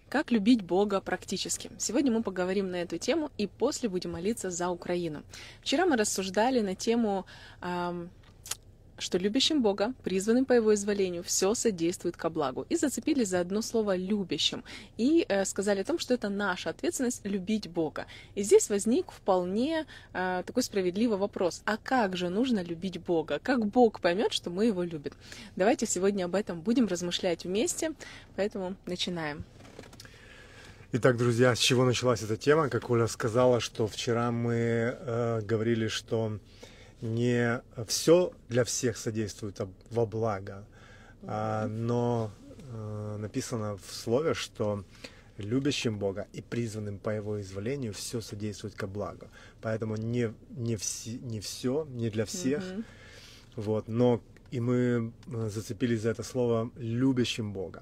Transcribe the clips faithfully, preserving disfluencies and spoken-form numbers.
Как любить Бога практически? Сегодня мы поговорим на эту тему и после будем молиться за Украину. Вчера мы рассуждали на тему, эм, что любящим Бога, призванным по Его изволению, все содействует ко благу. И зацепились за одно слово «любящим». И э, сказали о том, что это наша ответственность любить Бога. И здесь возник вполне э, такой справедливый вопрос. А как же нужно любить Бога? Как Бог поймет, что мы Его любим? Давайте сегодня об этом будем размышлять вместе. Поэтому начинаем. Итак, друзья, с чего началась эта тема? Как Оля сказала, что вчера мы э, говорили, что не все для всех содействует во благо, а, но э, написано в слове, что любящим Бога и призванным по Его изволению все содействует ко благу. Поэтому не, не, все, не все, не для всех. Mm-hmm. Вот, но и мы зацепились за это слово «любящим Бога».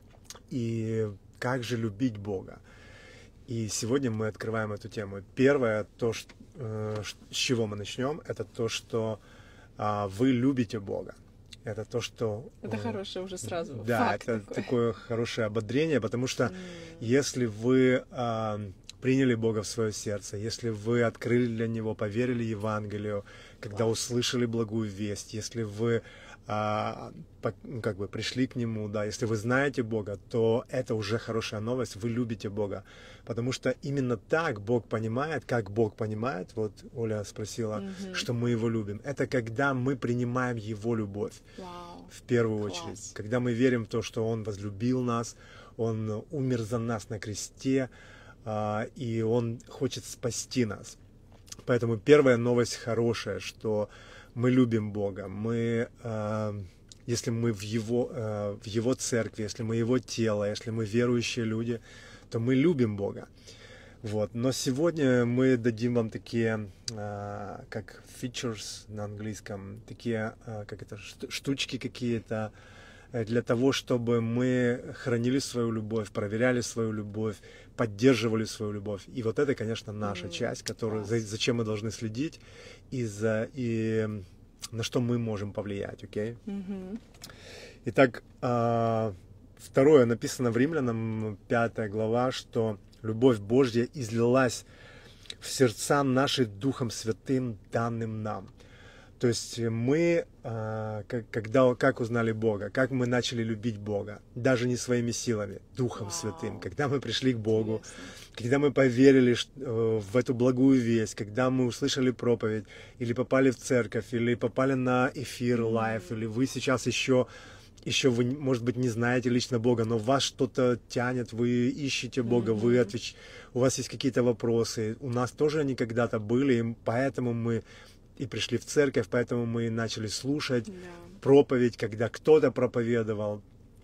И как же любить Бога? И сегодня мы открываем эту тему. Первое, то, что, э, с чего мы начнем, это то, что э, вы любите Бога. Это то, что... Это э, хорошее уже сразу. Да, факт это такой. такое хорошее ободрение, потому что mm. если вы э, приняли Бога в свое сердце, если вы открыли для Него, поверили Евангелию, когда wow. услышали благую весть, если вы А, как бы пришли к Нему, да, если вы знаете Бога, то это уже хорошая новость, вы любите Бога, потому что именно так Бог понимает, как Бог понимает, вот Оля спросила, mm-hmm. что мы Его любим, это когда мы принимаем Его любовь, wow. в первую Класс. очередь, когда мы верим в то, что Он возлюбил нас, Он умер за нас на кресте, а, и Он хочет спасти нас. Поэтому первая новость хорошая, что мы любим Бога, мы, э, если мы в Его, э, в Его церкви, если мы Его тело, если мы верующие люди, то мы любим Бога. Вот. Но сегодня мы дадим вам такие, э, как features на английском, такие, э, как это, штучки какие-то, для того, чтобы мы хранили свою любовь, проверяли свою любовь, поддерживали свою любовь. И вот это, конечно, наша mm-hmm. часть, которую, за, зачем мы должны следить и, за, и на что мы можем повлиять. Okay? Mm-hmm. Итак, второе написано в Римлянам, пятая глава, что любовь Божья излилась в сердца наши Духом Святым, данным нам. То есть мы, когда, как узнали Бога, как мы начали любить Бога, даже не своими силами, Духом wow. Святым, когда мы пришли к Богу, Интересно. когда мы поверили в эту благую весть, когда мы услышали проповедь, или попали в церковь, или попали на эфир лайв, mm-hmm. или вы сейчас еще, еще вы, может быть, не знаете лично Бога, но вас что-то тянет, вы ищете Бога, mm-hmm. вы отвеч... у вас есть какие-то вопросы, у нас тоже они когда-то были, и поэтому мы и пришли в церковь, поэтому мы начали слушать yeah. проповедь, когда кто-то проповедовал.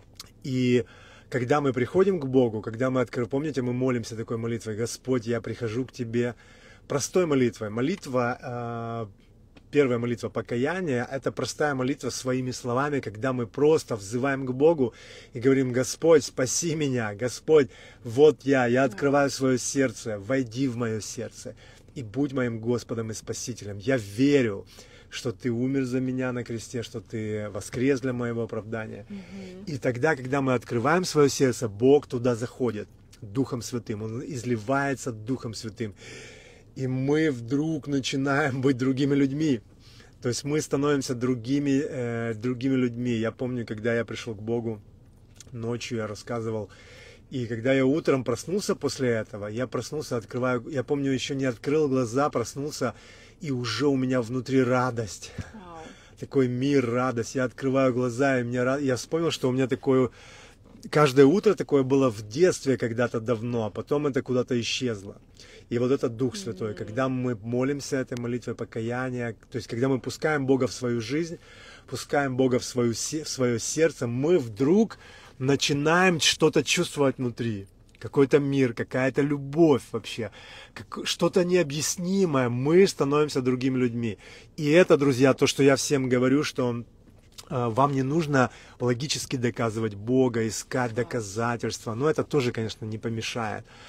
И когда мы приходим к Богу, когда мы открываем, помните, мы молимся такой молитвой: «Господь, я прихожу к Тебе». Простой молитвой. Молитва, э, первая молитва покаяния, это простая молитва своими словами, когда мы просто взываем к Богу и говорим: «Господь, спаси меня, Господь, вот я, я открываю свое сердце, войди в мое сердце и будь моим Господом и Спасителем. Я верю, что Ты умер за меня на кресте, что Ты воскрес для моего оправдания». Mm-hmm. И тогда, когда мы открываем свое сердце, Бог туда заходит Духом Святым, Он изливается Духом Святым. И мы вдруг начинаем быть другими людьми. То есть мы становимся другими, э, другими людьми. Я помню, когда я пришел к Богу ночью, я рассказывал. И когда я утром проснулся после этого, я проснулся, открываю, я помню, еще не открыл глаза, проснулся, и уже у меня внутри радость. Wow. Такой мир, радость. Я открываю глаза, и мне, я вспомнил, что у меня такое, каждое утро такое было в детстве когда-то давно, а потом это куда-то исчезло. И вот этот Дух Святой, mm-hmm. когда мы молимся этой молитвой покаяния, то есть когда мы пускаем Бога в свою жизнь, пускаем Бога в, свою, в свое сердце, мы вдруг начинаем что-то чувствовать внутри. Какой-то мир, какая-то любовь вообще, как, что-то необъяснимое. Мы становимся другими людьми. И это, друзья, то, что я всем говорю, что э, вам не нужно логически доказывать Бога, искать доказательства. Но это тоже, конечно, не помешает.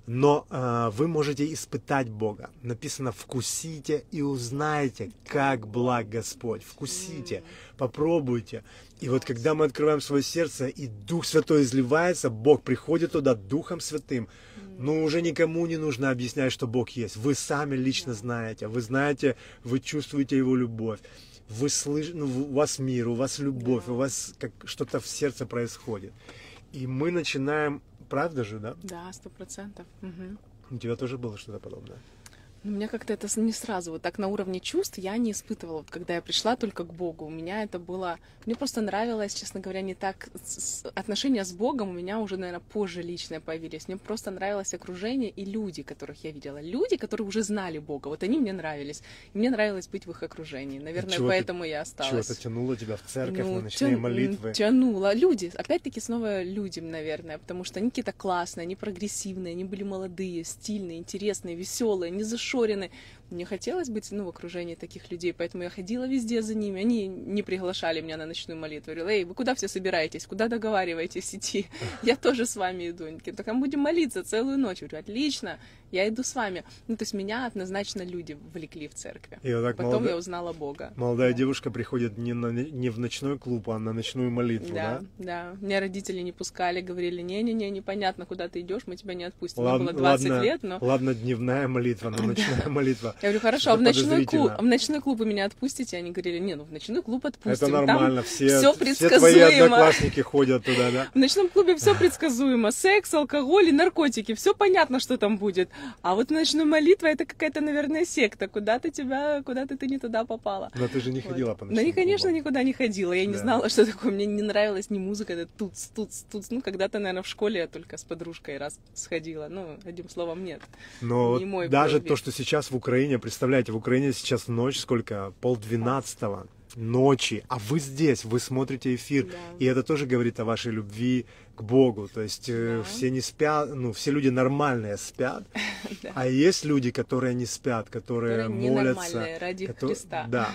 Но э, вы можете испытать Бога. Написано: вкусите и узнаете, как благ Господь. Вкусите, попробуйте. И вот когда мы открываем свое сердце, и Дух Святой изливается, Бог приходит туда Духом Святым. Ну, уже никому не нужно объяснять, что Бог есть. Вы сами лично знаете. Вы знаете, вы чувствуете Его любовь. Вы слышите, ну, у вас мир, у вас любовь, у вас как что-то в сердце происходит. И мы начинаем... Правда же, да? Да, сто процентов. Угу. У тебя тоже было что-то подобное? У меня как-то это не сразу, вот так на уровне чувств я не испытывала. Вот когда я пришла только к Богу, у меня это было... Мне просто нравилось, честно говоря, не так... Отношения с Богом у меня уже, наверное, позже личные появились. Мне просто нравилось окружение и люди, которых я видела. Люди, которые уже знали Бога, вот они мне нравились. И мне нравилось быть в их окружении. Наверное, чего поэтому ты, я осталась. Чего-то тянуло тебя в церковь, ну, на ночные тя... молитвы? Тянуло. Люди, опять-таки, снова людям, наверное, потому что они какие-то классные, они прогрессивные, они были молодые, стильные, интересные, веселые, не зашоренные. Мне хотелось быть, ну, в окружении таких людей, поэтому я ходила везде за ними. Они не приглашали меня на ночную молитву. Говорила: эй, вы куда все собираетесь? Куда договариваетесь идти? Я тоже с вами иду. Они такие: так мы будем молиться целую ночь. Я говорю: отлично, я иду с вами. Ну, то есть меня однозначно люди влекли в церкви. И вот так Потом молода... я узнала Бога. Молодая да. девушка приходит не, на, не в ночной клуб, а на ночную молитву, да? Да, да. Меня родители не пускали, говорили: не-не-не, непонятно, куда ты идешь, мы тебя не отпустим. Лад... Мне было двадцать ладно, лет, но... Ладно, дневная молитва, но ночная да. молитва. Я говорю: хорошо, а в ночной, клуб, в ночной клуб вы меня отпустите? Они говорили: не, ну в ночной клуб отпустим. Это нормально, там все, все, все твои одноклассники ходят туда, да? В ночном клубе все предсказуемо. Секс, алкоголь и наркотики. Все понятно, что там будет. А вот ночная молитва — это какая-то, наверное, секта. Куда-то тебя, куда-то ты не туда попала. Но ты же не ходила вот. по ночным Да, конечно, клубам. никуда не ходила. Я не да. знала, что такое. Мне не нравилась ни музыка, это туц, туц, туц. Ну, когда-то, наверное, в школе я только с подружкой раз сходила. Ну, одним словом, нет. Но не мой даже был то, что сейчас в Украине, представляете, в Украине сейчас ночь сколько? Полдвенадцатого ночи, а вы здесь, вы смотрите эфир, да. и это тоже говорит о вашей любви к Богу. То есть да. все не спят, ну, все люди нормальные спят, да. а есть люди, которые не спят, которые, которые молятся. ради которые, Христа. Да.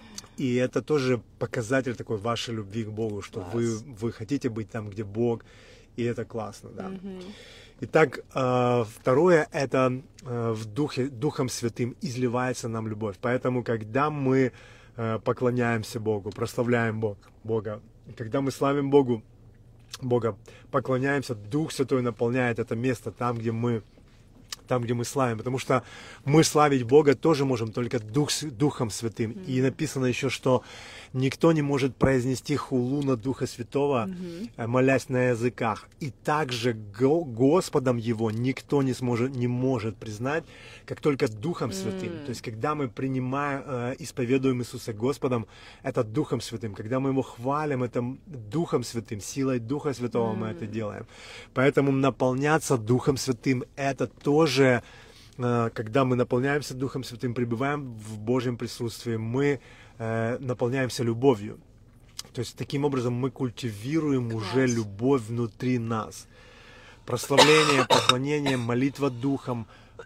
И это тоже показатель такой вашей любви к Богу, что вы, вы хотите быть там, где Бог, и это классно, да. Угу. Итак, второе, это в Духе, Духом Святым изливается нам любовь. Поэтому, когда мы поклоняемся Богу, прославляем Бог, Бога, когда мы славим Богу, Бога, поклоняемся, Дух Святой наполняет это место там, где мы, там, где мы славим. Потому что мы славить Бога тоже можем только Дух, Духом Святым. Mm-hmm. И написано еще, что никто не может произнести хулу на Духа Святого, mm-hmm. молясь на языках. И также Господом Его никто не, сможет, не может признать, как только Духом Святым. Mm-hmm. То есть, когда мы принимаем, э, исповедуем Иисуса Господом, это Духом Святым. Когда мы Его хвалим, это Духом Святым, силой Духа Святого mm-hmm. мы это делаем. Поэтому наполняться Духом Святым — это тоже, э, когда мы наполняемся Духом Святым, пребываем в Божьем присутствии, мы э, наполняемся любовью. То есть, таким образом мы культивируем Класс. Уже любовь внутри нас. Прославление, поклонение, молитва Духом,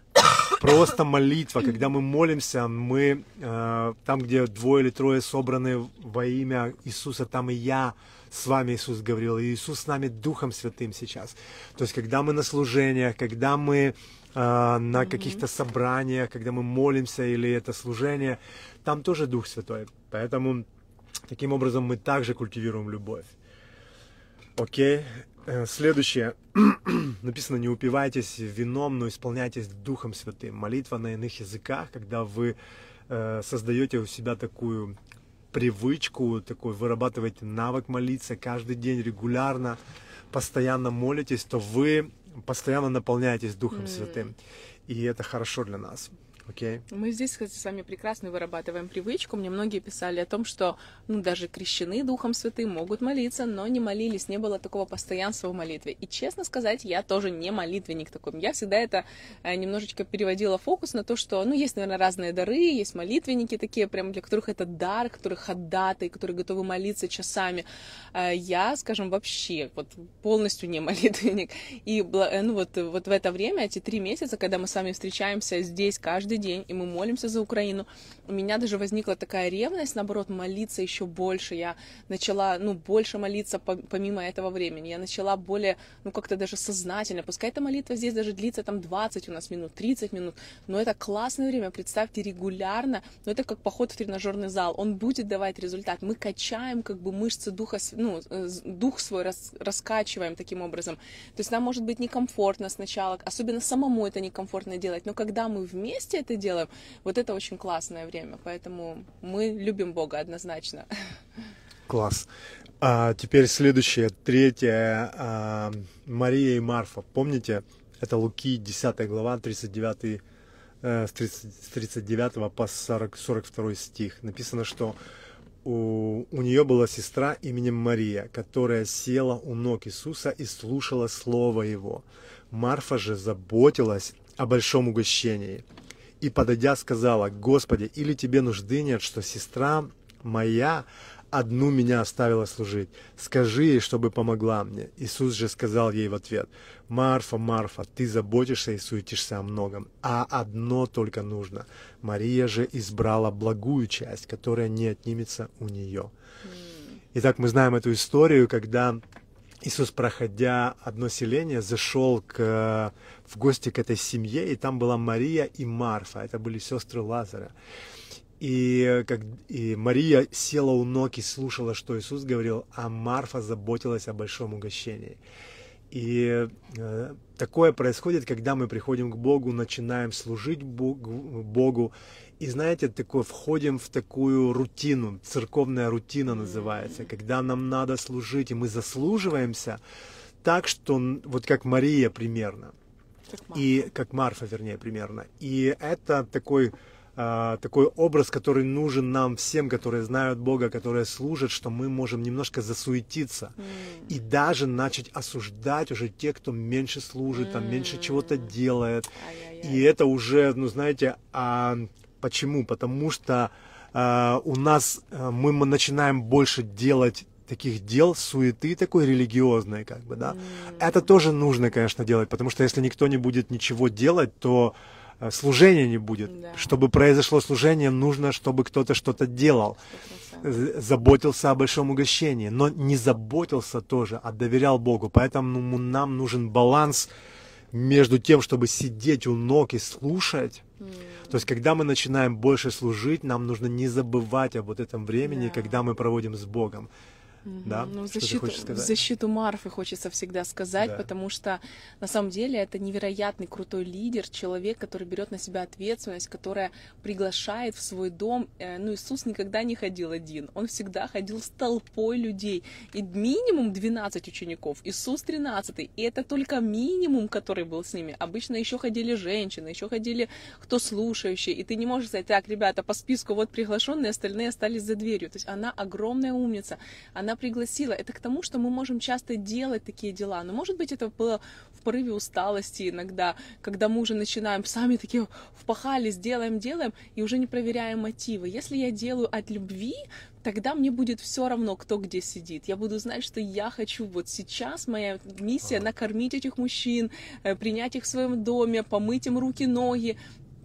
просто молитва. Когда мы молимся, мы э, там, где двое или трое собраны во имя Иисуса, там и я с вами, Иисус говорил, и Иисус с нами Духом Святым сейчас. То есть, когда мы на служениях, когда мы э, на mm-hmm. каких-то собраниях, когда мы молимся или это служение, там тоже Дух Святой. Поэтому таким образом мы также культивируем любовь. Окей. Следующее. Написано: не упивайтесь вином, но исполняйтесь Духом Святым. Молитва на иных языках, когда вы э, создаете у себя такую привычку, такой, вырабатываете навык молиться каждый день регулярно, постоянно молитесь, то вы постоянно наполняетесь Духом mm. Святым. И это хорошо для нас. Okay. Мы здесь, кстати, с вами прекрасно вырабатываем привычку. Мне многие писали о том, что ну, даже крещены Духом Святым могут молиться, но не молились, не было такого постоянства в молитве. И, честно сказать, я тоже не молитвенник такой. Я всегда это э, немножечко переводила фокус на то, что, ну, есть, наверное, разные дары, есть молитвенники такие, прям для которых это дар, которые ходаты, которые готовы молиться часами. Э, я, скажем, вообще вот полностью не молитвенник. И ну, вот, вот в это время, эти три месяца, когда мы с вами встречаемся здесь каждый каждый день, и мы молимся за Украину. У меня даже возникла такая ревность, наоборот, молиться еще больше. Я начала, ну, больше молиться помимо этого времени. Я начала более, ну, как-то даже сознательно. Пускай эта молитва здесь даже длится там двадцать у нас минут, тридцать минут, но это классное время. Представьте, регулярно, но это как поход в тренажерный зал. Он будет давать результат. Мы качаем как бы мышцы духа, ну, дух свой рас, раскачиваем таким образом. То есть нам может быть некомфортно сначала, особенно самому это некомфортно делать, но когда мы вместе это делаем, вот это очень классное время, поэтому мы любим Бога однозначно. Класс. А теперь следующее, третье, а, Мария и Марфа. Помните, это Луки, десятая глава, тридцать девятый, э, с тридцать девятого по сорок, сорок второй стих. Написано, что у, у нее была сестра именем Мария, которая села у ног Иисуса и слушала слово Его. Марфа же заботилась о большом угощении. И, подойдя, сказала: «Господи, или тебе нужды нет, что сестра моя одну меня оставила служить? Скажи ей, чтобы помогла мне». Иисус же сказал ей в ответ: «Марфа, Марфа, ты заботишься и суетишься о многом, а одно только нужно. Мария же избрала благую часть, которая не отнимется у нее». Итак, мы знаем эту историю, когда Иисус, проходя одно селение, зашел к, в гости к этой семье, и там была Мария и Марфа, это были сестры Лазаря. И, как, и Мария села у ног и слушала, что Иисус говорил, а Марфа заботилась о большом угощении. И э, такое происходит, когда мы приходим к Богу, начинаем служить Богу, Богу, и, знаете, такое, входим в такую рутину, церковная рутина называется, когда нам надо служить, и мы заслуживаемся так, что вот как Мария примерно, как и как Марфа, вернее, примерно. И это такой... Uh, такой образ, который нужен нам всем, которые знают Бога, которые служат, что мы можем немножко засуетиться mm. и даже начать осуждать уже тех, кто меньше служит, mm. там, меньше чего-то делает. Ай-яй-яй. И это уже, ну знаете, а почему? Потому что а, у нас а, мы, мы начинаем больше делать таких дел, суеты такой религиозной, как бы, да. Mm. Это тоже нужно, конечно, делать, потому что если никто не будет ничего делать, то служения не будет. Да. Чтобы произошло служение, нужно, чтобы кто-то что-то делал. сто процентов. Заботился о большом угощении, но не заботился тоже, а доверял Богу. Поэтому нам нужен баланс между тем, чтобы сидеть у ног и слушать. Mm. То есть, когда мы начинаем больше служить, нам нужно не забывать об вот этом времени, да. когда мы проводим с Богом. Угу. Да? Ну, в, защиту, в защиту Марфы хочется всегда сказать, да. потому что на самом деле это невероятный крутой лидер, человек, который берет на себя ответственность, которая приглашает в свой дом. Ну, Иисус никогда не ходил один, он всегда ходил с толпой людей. И минимум двенадцать учеников, Иисус тринадцатый, и это только минимум, который был с ними. Обычно еще ходили женщины, еще ходили кто слушающие, и ты не можешь сказать: так, ребята, по списку вот приглашенные, остальные остались за дверью. То есть она огромная умница, она пригласила. Это к тому, что мы можем часто делать такие дела. Но, может быть, это было в порыве усталости иногда, когда мы уже начинаем сами такие впахались, делаем, делаем, и уже не проверяем мотивы. Если я делаю от любви, тогда мне будет все равно, кто где сидит. Я буду знать, что я хочу вот сейчас, моя миссия — накормить этих мужчин, принять их в своем доме, помыть им руки, ноги.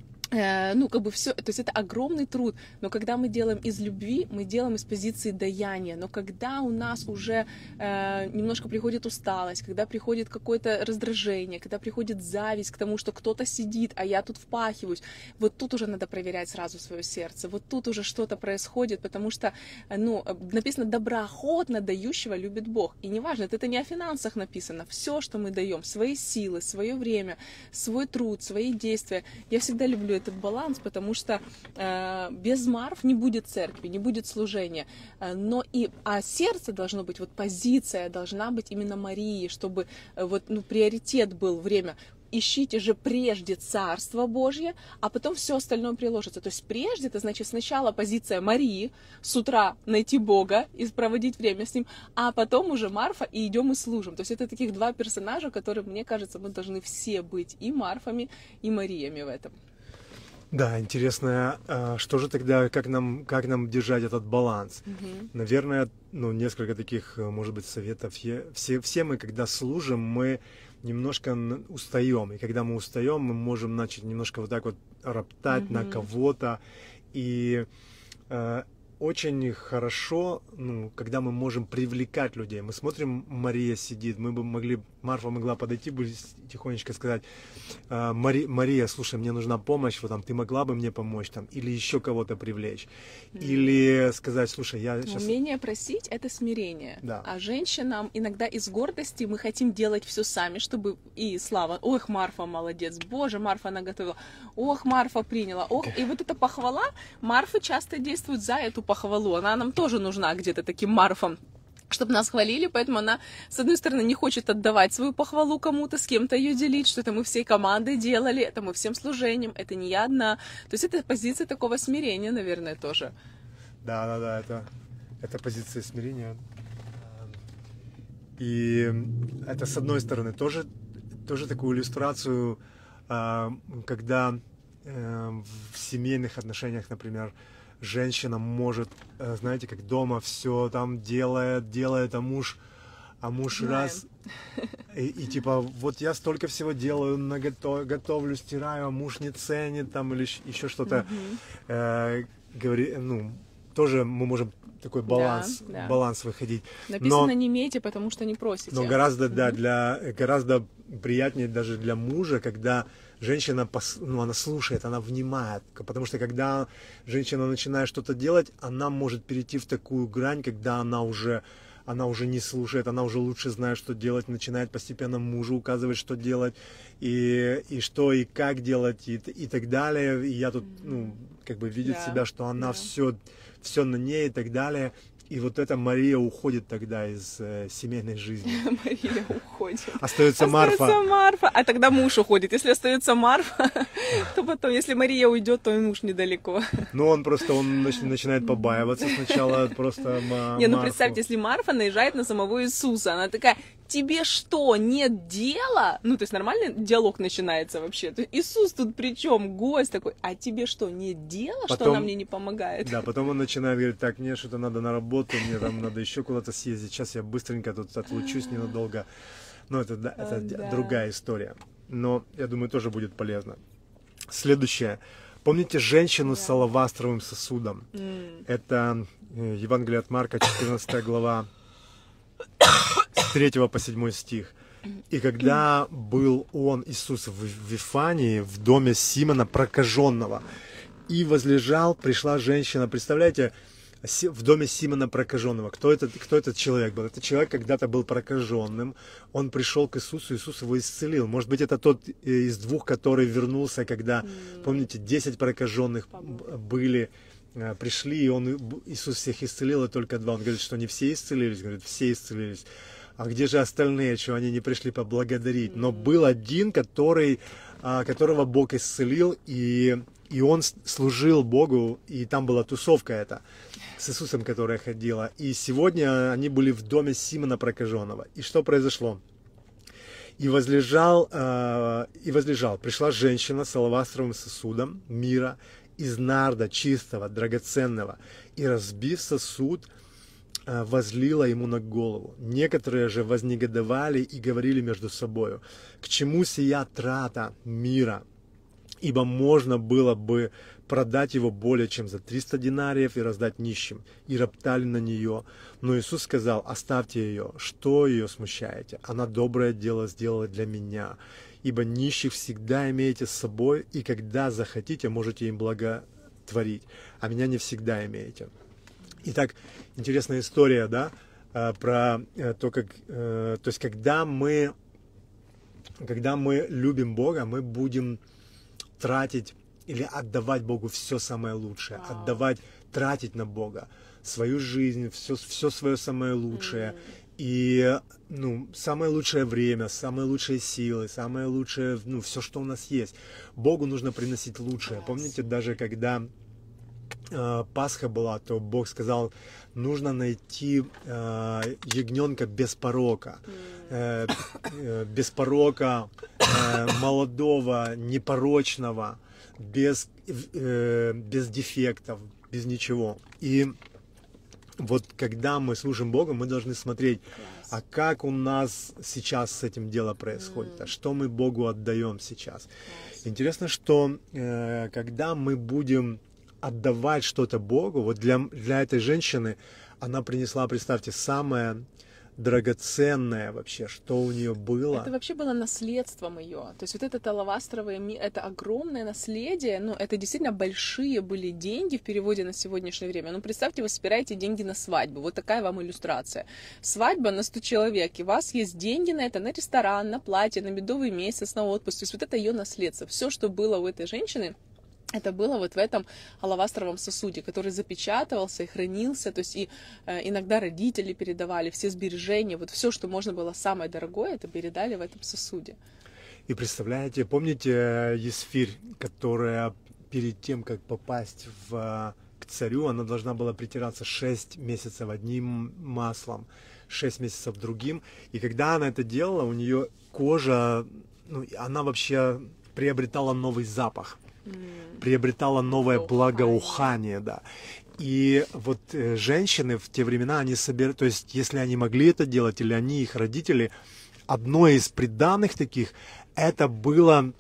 Ну, как бы все, то есть это огромный труд, но когда мы делаем из любви, мы делаем из позиции даяния, но когда у нас уже э, немножко приходит усталость, когда приходит какое-то раздражение, когда приходит зависть к тому, что кто-то сидит, а я тут впахиваюсь, вот тут уже надо проверять сразу свое сердце, вот тут уже что-то происходит, потому что, ну, написано: доброохотно дающего любит Бог, и неважно, это не о финансах написано, все, что мы даем, свои силы, свое время, свой труд, свои действия, я всегда люблю этот баланс, потому что э, без Марф не будет церкви, не будет служения, э, но и а сердце должно быть, вот позиция должна быть именно Марии, чтобы э, вот, ну, приоритет был время. Ищите же прежде Царство Божье, а потом все остальное приложится. То есть прежде, это значит сначала позиция Марии, с утра найти Бога и проводить время с Ним, а потом уже Марфа, и идем и служим. То есть это таких два персонажа, которые, мне кажется, мы должны все быть и Марфами, и Мариями в этом. Да, интересно, что же тогда, как нам, как нам держать этот баланс? Угу. Наверное, ну, несколько таких, может быть, советов. Все, все мы, когда служим, мы немножко устаем. И когда мы устаем, мы можем начать немножко вот так вот роптать mm-hmm. на кого-то. И э, очень хорошо, ну, когда мы можем привлекать людей. Мы смотрим, Мария сидит, мы бы могли, Марфа могла подойти бы тихонечко сказать: Мари, Мария, слушай, мне нужна помощь, вот там, ты могла бы мне помочь там, или еще кого-то привлечь, mm. или сказать: слушай, я сейчас... Умение просить — это смирение, да. А женщинам иногда из гордости мы хотим делать все сами, чтобы и слава, ох, Марфа молодец, боже, Марфа наготовила, ох, Марфа приняла, ох, и вот эта похвала, Марфы часто действуют за эту похвалу, она нам тоже нужна где-то таким Марфам, чтобы нас хвалили, поэтому она, с одной стороны, не хочет отдавать свою похвалу кому-то, с кем-то ее делить, что это мы всей командой делали, это мы всем служением, это не я одна. То есть это позиция такого смирения, наверное, тоже. Да, да, да, это, это позиция смирения. И это, с одной стороны, тоже, тоже такую иллюстрацию, когда в семейных отношениях, например, женщина может, знаете, как дома все там делает, делает, а муж, а муж Знаем. раз и, и типа вот я столько всего делаю, наготов, готовлю, стираю, а муж не ценит там или еще что-то. Mm-hmm. э, говори, ну тоже мы можем такой баланс, да, да. баланс выходить. Написано но, не имейте, потому что не просите. Но гораздо, mm-hmm. да, для гораздо приятнее даже для мужа, когда женщина, ну, она слушает, она внимает, потому что когда женщина начинает что-то делать, она может перейти в такую грань, когда она уже, она уже не слушает, она уже лучше знает, что делать, начинает постепенно мужу указывать, что делать, и, и что, и как делать, и, и так далее. И я тут, ну, как бы видит да, себя, что она да. все, все на ней и так далее. И вот эта Мария уходит тогда из э, семейной жизни. Мария уходит. Остается Марфа. Остается Марфа. А тогда муж уходит. Если остается Марфа, то потом, если Мария уйдет, то и муж недалеко. Ну, он просто он начинает побаиваться сначала просто Марфу. Не, ну представьте, если Марфа наезжает на самого Иисуса, она такая: тебе что, нет дела? Ну, то есть нормальный диалог начинается вообще. То есть Иисус тут при чем? Гость такой: а тебе что, нет дела, потом, что она мне не помогает? Да, потом он начинает говорить: так, мне что-то надо на работу, мне там надо еще куда-то съездить, сейчас я быстренько тут отлучусь ненадолго. Но это, да, это да. другая история. Но, я думаю, тоже будет полезно. Следующее. Помните женщину да. с алавастровым сосудом? Mm. Это Евангелие от Марка, четырнадцатая глава, с третьего по седьмой стих. И когда был он, Иисус, в Вифании, в доме Симона прокаженного, и возлежал, пришла женщина, представляете, в доме Симона прокаженного. Кто этот, кто этот человек был? Это человек когда-то был прокаженным, он пришел к Иисусу, Иисус его исцелил. Может быть, это тот из двух, который вернулся, когда, помните, десять прокаженных были, пришли, и он, Иисус всех исцелил, и только два. Он говорит, что не все исцелились, говорит, все исцелились. А где же остальные, что они не пришли поблагодарить? Но был один, который, которого Бог исцелил, и, и он служил Богу, и там была тусовка эта с Иисусом, которая ходила. И сегодня они были в доме Симона прокаженного. И что произошло? И возлежал, и возлежал, пришла женщина с алавастровым сосудом мира, из нарда чистого, драгоценного, и, разбив сосуд, возлила ему на голову. Некоторые же вознегодовали и говорили между собою: к чему сия трата мира? Ибо можно было бы продать его более чем за триста динариев и раздать нищим. И роптали на нее. Но Иисус сказал: оставьте ее, что ее смущаете? Она доброе дело сделала для меня. Ибо нищих всегда имеете с собой, и когда захотите, можете им благотворить, а меня не всегда имеете. Итак, интересная история, да, про то, как, то есть, когда мы, когда мы любим Бога, мы будем тратить или отдавать Богу все самое лучшее, wow. отдавать, тратить на Бога свою жизнь, все, все свое самое лучшее. Mm. И, ну, самое лучшее время, самые лучшие силы, самое лучшее, ну, все, что у нас есть. Богу нужно приносить лучшее. Yes. Помните, даже когда э, Пасха была, то Бог сказал, нужно найти э, ягненка без порока. Э, э, без порока, э, молодого, непорочного, без, э, без дефектов, без ничего. И вот когда мы служим Богу, мы должны смотреть, А как у нас сейчас с этим дело происходит? Mm. А что мы Богу отдаем сейчас? Yes. Интересно, что э, когда мы будем отдавать что-то Богу, вот для, для этой женщины она принесла, представьте, самое драгоценное вообще, что у нее было. Это вообще было наследством ее. То есть вот это алавастровое, это огромное наследие, ну, это действительно большие были деньги в переводе на сегодняшнее время. Ну, представьте, вы собираете деньги на свадьбу. Вот такая вам иллюстрация. Свадьба на сто человек, и у вас есть деньги на это, на ресторан, на платье, на медовый месяц, на отпуск. То есть вот это ее наследство. Все, что было у этой женщины, это было вот в этом алавастровом сосуде, который запечатывался и хранился, то есть и э, иногда родители передавали все сбережения, вот все, что можно было самое дорогое, это передали в этом сосуде. И представляете, помните Есфирь, которая перед тем, как попасть в, к царю, она должна была притираться шесть месяцев одним маслом, шесть месяцев другим, и когда она это делала, у нее кожа, ну, она вообще приобретала новый запах. Приобретала новое благоухание, да. И вот э, женщины в те времена, они собирали, то есть если они могли это делать, или они, их родители, одно из приданых таких, это было,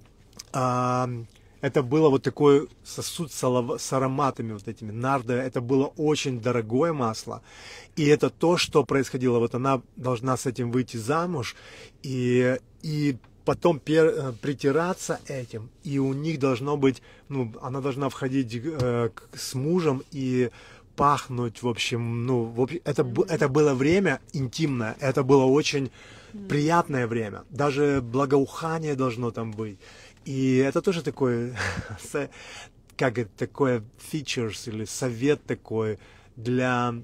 э, это было вот такой сосуд с, алав... с ароматами вот этими, нарда, это было очень дорогое масло, и это то, что происходило, вот она должна с этим выйти замуж, и, и потом пер, притираться этим, и у них должно быть, ну, она должна входить э, с мужем и пахнуть, в общем, ну, в общем, это, mm-hmm. это было время интимное, это было очень mm-hmm. приятное время, даже благоухание должно там быть, и это тоже такой, как это, такое features или совет такой для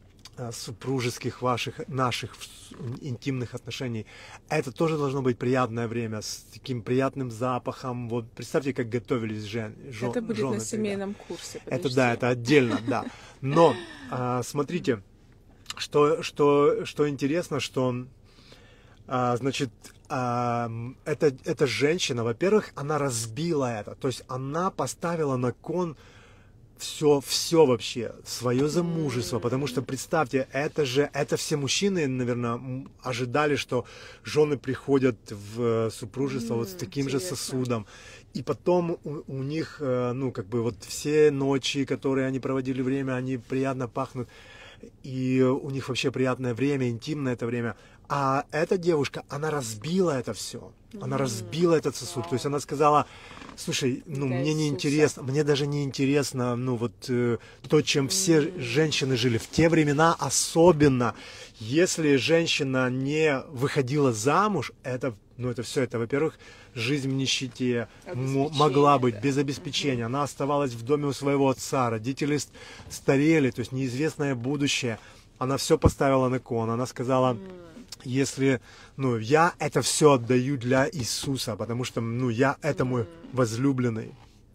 супружеских ваших, наших интимных отношений. Это тоже должно быть приятное время, с таким приятным запахом. Вот представьте, как готовились жен, жен, это будет жены на семейном тогда. Курсе. Это да, это отдельно, да. Но а, смотрите, что, что, что интересно, что а, значит, а, эта, эта женщина, во-первых, она разбила это, то есть она поставила на кон все, все вообще, свое замужество, потому что, представьте, это же, это все мужчины, наверное, ожидали, что жены приходят в супружество mm, вот с таким интересно. же сосудом, и потом у, у них, ну, как бы вот все ночи, которые они проводили время, они приятно пахнут, и у них вообще приятное время, интимное это время, а эта девушка, она разбила это все, она mm. разбила этот сосуд, wow. то есть она сказала: слушай, ну, да, мне не интересно, мне даже не интересно, ну, вот э, то, чем все mm-hmm. женщины жили в те времена, особенно если женщина не выходила замуж, это, ну, это все, это, во-первых, жизнь в нищете м- могла быть, да. без обеспечения, mm-hmm. она оставалась в доме у своего отца, родители старели, то есть неизвестное будущее, она все поставила на кон, она сказала: mm-hmm. если, ну, я это все отдаю для Иисуса, потому что, ну, я это мой возлюбленный.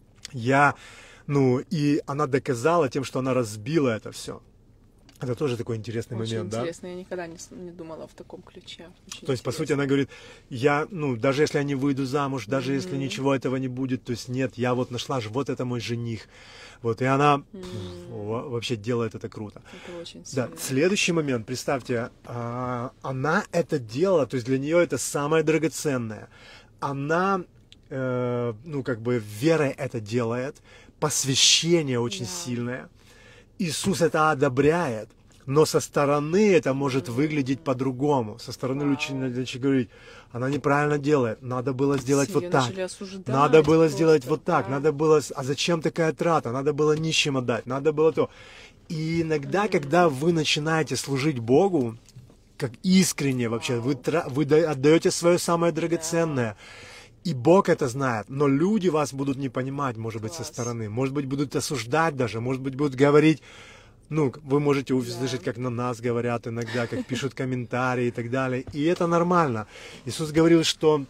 Я, ну, и она доказала тем, что она разбила это все. Это тоже такой интересный Очень момент, интересно. да? Интересно, я никогда не, не думала в таком ключе. Очень То интересно. есть, по сути, она говорит: я, ну, даже если я не выйду замуж, даже mm-hmm. если ничего этого не будет, то есть нет, я вот нашла же, вот это мой жених. Вот, и она mm-hmm. вообще делает это круто. Это очень сильно. Да, следующий момент, представьте, а, она это делала, то есть для нее это самое драгоценное. Она, э, ну, как бы верой это делает, посвящение очень yeah. сильное. Иисус это одобряет, но со стороны это может выглядеть по-другому. Со стороны wow. люди говорить: она неправильно делает, надо было сделать Все вот так, осуждать, надо было просто, сделать вот так, да. надо было, а зачем такая трата, надо было нищим отдать, надо было то. И иногда, mm-hmm. когда вы начинаете служить Богу, как искренне вообще, wow. вы, тра- вы отдаете свое самое драгоценное, yeah. и Бог это знает, но люди вас будут не понимать, может быть, Класс. со стороны, может быть, будут осуждать даже, может быть, будут говорить, ну, вы можете услышать, yeah. как на нас говорят иногда, как пишут комментарии и так далее, и это нормально. Иисус говорил, что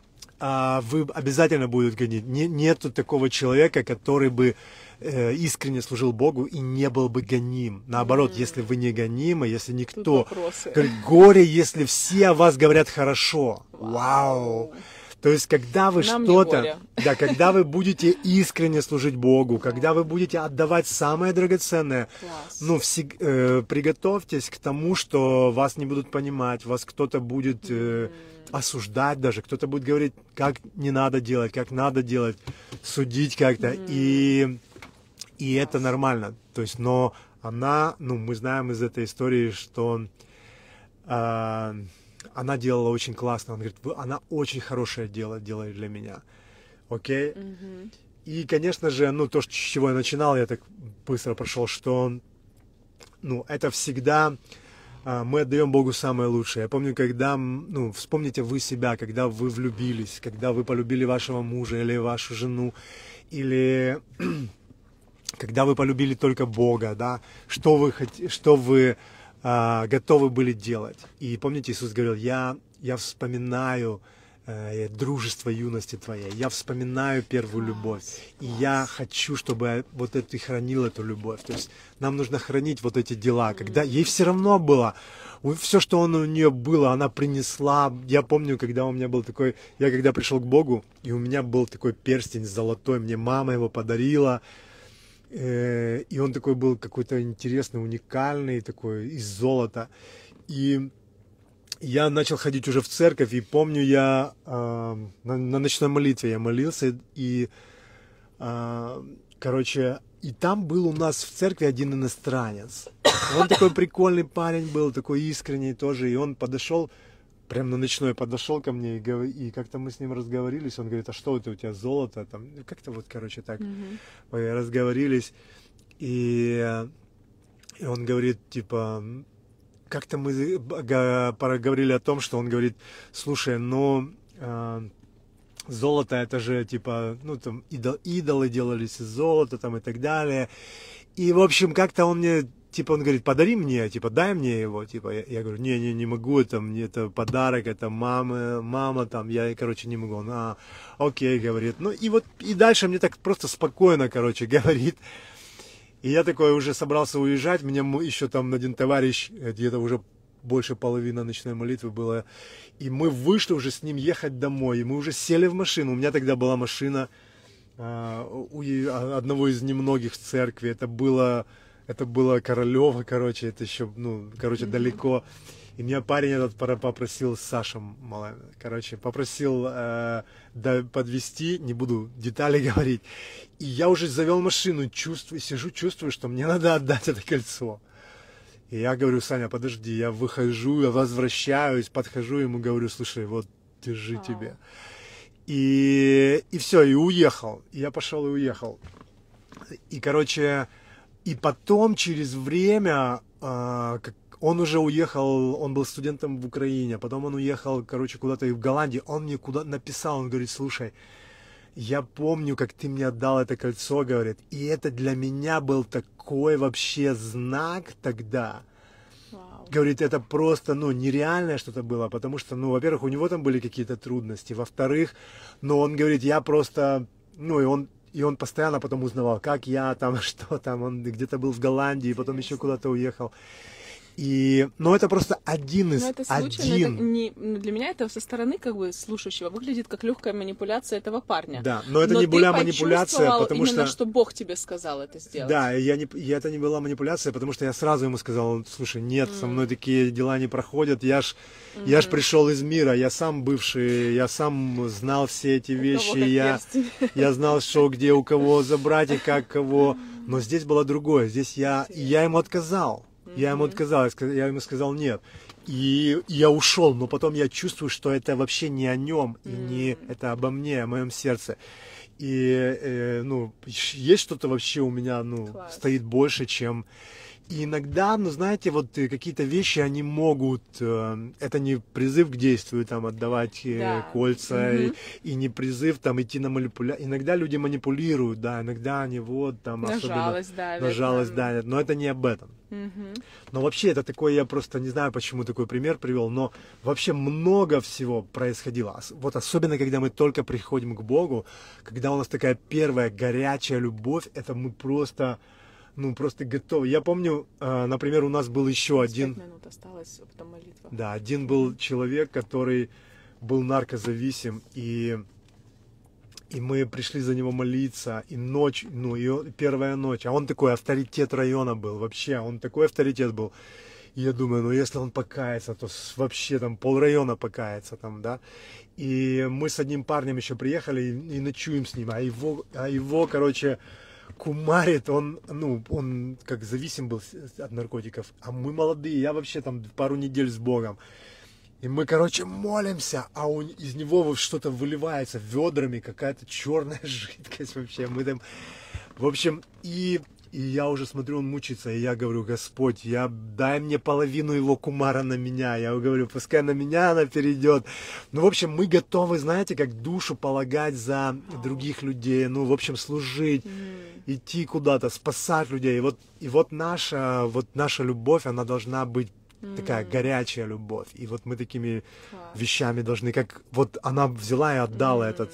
а, вы обязательно будете гонить. Не, нету такого человека, который бы э, искренне служил Богу и не был бы гоним. Наоборот, mm. если вы не гонимы, если никто... Говорит, горе, если все о вас говорят хорошо. Вау! Wow. То есть, когда вы Нам не что-то, горе. да, когда вы будете искренне служить Богу, когда вы будете отдавать самое драгоценное, Класс. ну, всег- э, приготовьтесь к тому, что вас не будут понимать, вас кто-то будет э, осуждать даже, кто-то будет говорить, как не надо делать, как надо делать, судить как-то, и, и это нормально. То есть, но она, ну, мы знаем из этой истории, что э, она делала очень классно. Он говорит, «Вы- она очень хорошее дело делает для меня. Окей? Мгм. И, конечно же, ну, то, с чего я начинал, я так быстро прошел, что, ну, это всегда а, мы отдаем Богу самое лучшее. Я помню, когда, м, ну, вспомните вы себя, когда вы влюбились, когда вы полюбили вашего мужа или вашу жену, или когда вы полюбили только Бога, да, что вы, хот- что вы а, готовы были делать. И помните, Иисус говорил, я, я вспоминаю э, дружество юности твоей, я вспоминаю первую любовь, и я хочу, чтобы вот это ты хранил эту любовь. То есть нам нужно хранить вот эти дела, когда ей все равно было, все, что он, у нее было, она принесла. Я помню, когда у меня был такой, я когда пришел к Богу, и у меня был такой перстень золотой, мне мама его подарила, э, и он такой был какой-то интересный, уникальный, такой из золота. И я начал ходить уже в церковь, и помню, я э, на, на ночной молитве я молился, и, э, короче, и там был у нас в церкви один иностранец. Он такой прикольный парень был, такой искренний тоже, и он подошел, прям на ночной подошел ко мне, и, гов- и как-то мы с ним разговорились, он говорит, а что это у тебя золото? Там, ну, как-то вот, короче, так Мгм. э, разговорились, и, э, и он говорит, типа... Как-то мы э, га- поговорили о том, что он говорит, слушай, ну, э, золото это же типа, ну там идол, идолы делались из золота там и так далее. И, в общем, как-то он мне, типа, он говорит, подари мне, типа, дай мне его, типа, я, я говорю, не, не, не могу, это мне, это подарок, это мама, мама там, я, короче, не могу. Он, а, окей, говорит. Ну, и вот, и дальше мне так просто спокойно, короче, говорит. И я такой уже собрался уезжать, меня еще там один товарищ, где-то уже больше половины ночной молитвы было, и мы вышли уже с ним ехать домой, и мы уже сели в машину, у меня тогда была машина а, у одного из немногих в церкви, это было, это было Королево, короче, это еще, ну, короче, mm-hmm. далеко. И меня парень этот попросил, Саша, короче, попросил э, да, подвезти, не буду детали говорить. И я уже завел машину, чувствую, сижу, чувствую, что мне надо отдать это кольцо. И я говорю, Саня, подожди, я выхожу, я возвращаюсь, подхожу ему, говорю, слушай, вот, держи wow. тебе. И, и все, и уехал. И я пошел и уехал. И, короче, и потом через время, э, как он уже уехал, он был студентом в Украине, потом он уехал, короче, куда-то и в Голландии. Он мне куда написал, он говорит, слушай, я помню, как ты мне отдал это кольцо, говорит, и это для меня был такой вообще знак тогда. Wow. Говорит, это просто, ну, нереальное что-то было, потому что, ну, во-первых, у него там были какие-то трудности, во-вторых, ну, он говорит, я просто, ну, и он И он постоянно потом узнавал, как я там, что там, он где-то был в Голландии, потом еще куда-то уехал. И, ну, это просто один из, но это случайно, один. Это не, для меня это со стороны, как бы, слушающего выглядит как легкая манипуляция этого парня. Да, но это но не была ты манипуляция, потому именно, что... что Бог тебе сказал это сделать. Да, я не, я, это не была манипуляция, потому что я сразу ему сказал, слушай, нет, mm. со мной такие дела не проходят, я ж, mm-hmm. я ж пришел из мира, я сам бывший, я сам знал все эти вещи, я, я знал, что где у кого забрать и как кого, но здесь было другое, здесь я, я ему отказал. Я ему отказал, я ему сказал нет. И я ушел, но потом я чувствую, что это вообще не о нем, и не это обо мне, о моем сердце. И, э, ну, есть что-то вообще у меня, ну, Класс. Стоит больше, чем... И иногда, ну, знаете, вот какие-то вещи, они могут... Э, это не призыв к действию, там, отдавать э, да. кольца, угу. и, и не призыв, там, идти на манипуляцию. Иногда люди манипулируют, да, иногда они вот, там, на особенно... жалость давят. На жалость давят, но это не об этом. Угу. Но вообще, это такой, я просто не знаю, почему такой пример привел, но вообще много всего происходило. Вот особенно, когда мы только приходим к Богу, когда у нас такая первая горячая любовь, это мы просто... Ну, просто готовы. Я помню, э, например, у нас был еще один... минут осталось, потом молитва. Да, один был человек, который был наркозависим, и, и мы пришли за него молиться, и ночь, ну, и первая ночь, а он такой авторитет района был, вообще, он такой авторитет был. И я думаю, ну если он покается, то вообще там полрайона покается там, да. И мы с одним парнем еще приехали и, и ночуем с ним, а его, а его, короче, кумарит, он, ну, он как зависим был от наркотиков, а мы молодые, я вообще там пару недель с Богом. И мы, короче, молимся, а у, из него что-то выливается ведрами, какая-то черная жидкость вообще. Мы там, в общем, и... И я уже смотрю, он мучится, и я говорю, Господь, я, дай мне половину его кумара на меня. Я говорю, пускай на меня она перейдет. Ну, в общем, мы готовы, знаете, как душу полагать за других людей. Ну, в общем, служить, идти куда-то, спасать людей. И вот, и вот наша, вот наша любовь, она должна быть такая горячая любовь. И вот мы такими вещами должны, как вот она взяла и отдала этот...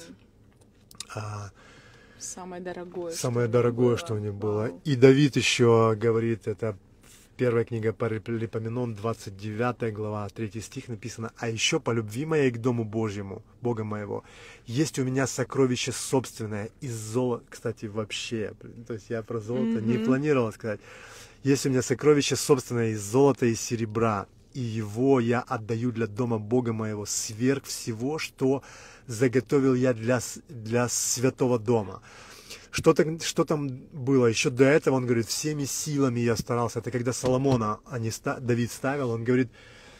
А, Самое дорогое. Самое что дорогое, что у них было. Вау. И Давид еще говорит, это первая книга Паралипоменон, двадцать девятая глава, третий стих написано: «А еще по любви моей к Дому Божьему, Бога моего, есть у меня сокровище собственное из золота». Кстати, вообще, то есть я про золото mm-hmm. не планировал сказать. «Есть у меня сокровище собственное из золота и серебра, и его я отдаю для Дома Бога моего сверх всего, что заготовил я для, для святого дома». Что, -то, что там было? Еще до этого он говорит, всеми силами я старался. Это когда Соломона, а не ста, Давид ставил, он говорит,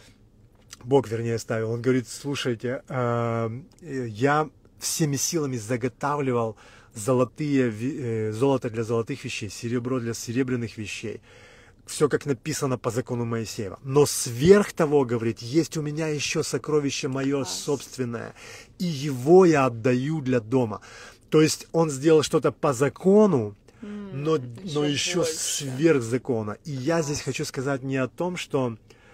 Бог, вернее, ставил, он говорит, слушайте, э, я всеми силами заготавливал золотые, э, золото для золотых вещей, серебро для серебряных вещей. Все как написано по закону Моисеева. Но сверх того, говорит, есть у меня еще сокровище мое собственное, и его я отдаю для дома. То есть он сделал что-то по закону, mm, но, но еще сверх закона. И я здесь хочу сказать не о том, что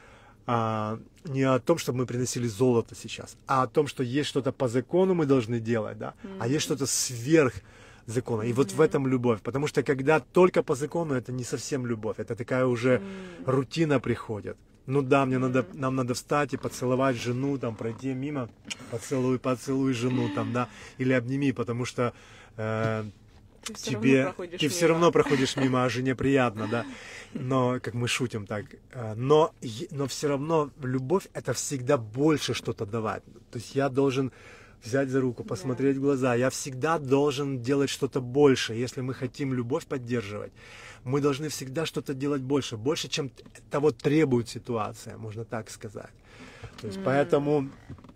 а, не о том, чтобы мы приносили золото сейчас, а о том, что есть что-то по закону мы должны делать, да, mm. а есть что-то сверх закона. И mm-hmm. вот в этом любовь. Потому что когда только по закону, это не совсем любовь. Это такая уже mm. рутина приходит. Ну да, мне mm. надо, нам надо встать и поцеловать жену, там, пройти мимо, поцелуй, поцелуй жену, там, да, или обними, потому что э, ты тебе, ты мимо. все равно проходишь мимо, а жене приятно, да. Но, как мы шутим так, но, но все равно любовь это всегда больше что-то давать. То есть я должен взять за руку, посмотреть yeah. в глаза. Я всегда должен делать что-то больше. Если мы хотим любовь поддерживать, мы должны всегда что-то делать больше. Больше, чем того требует ситуация, можно так сказать. То есть, mm. поэтому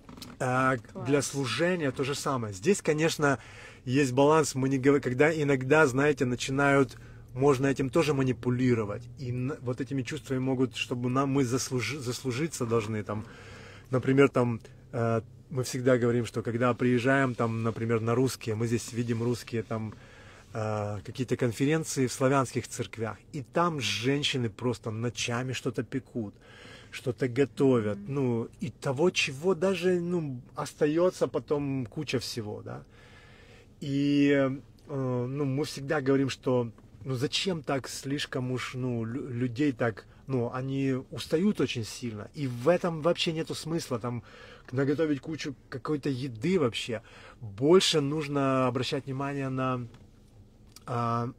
э, для служения то же самое. Здесь, конечно, есть баланс. Мы не говорим, когда иногда, знаете, начинают... Можно этим тоже манипулировать. И вот этими чувствами могут, чтобы нам мы заслуж, заслужиться должны. Там, например, там... Э, мы всегда говорим, что когда приезжаем, там, например, на русские, мы здесь видим русские там э, какие-то конференции в славянских церквях, и там женщины просто ночами что-то пекут, что-то готовят, mm-hmm. ну, и того, чего даже, ну, остается потом куча всего, да. И, э, ну, мы всегда говорим, что, ну, зачем так слишком уж, ну, людей так, ну, они устают очень сильно, и в этом вообще нету смысла, там, наготовить кучу какой-то еды вообще. Больше нужно обращать внимание на, а,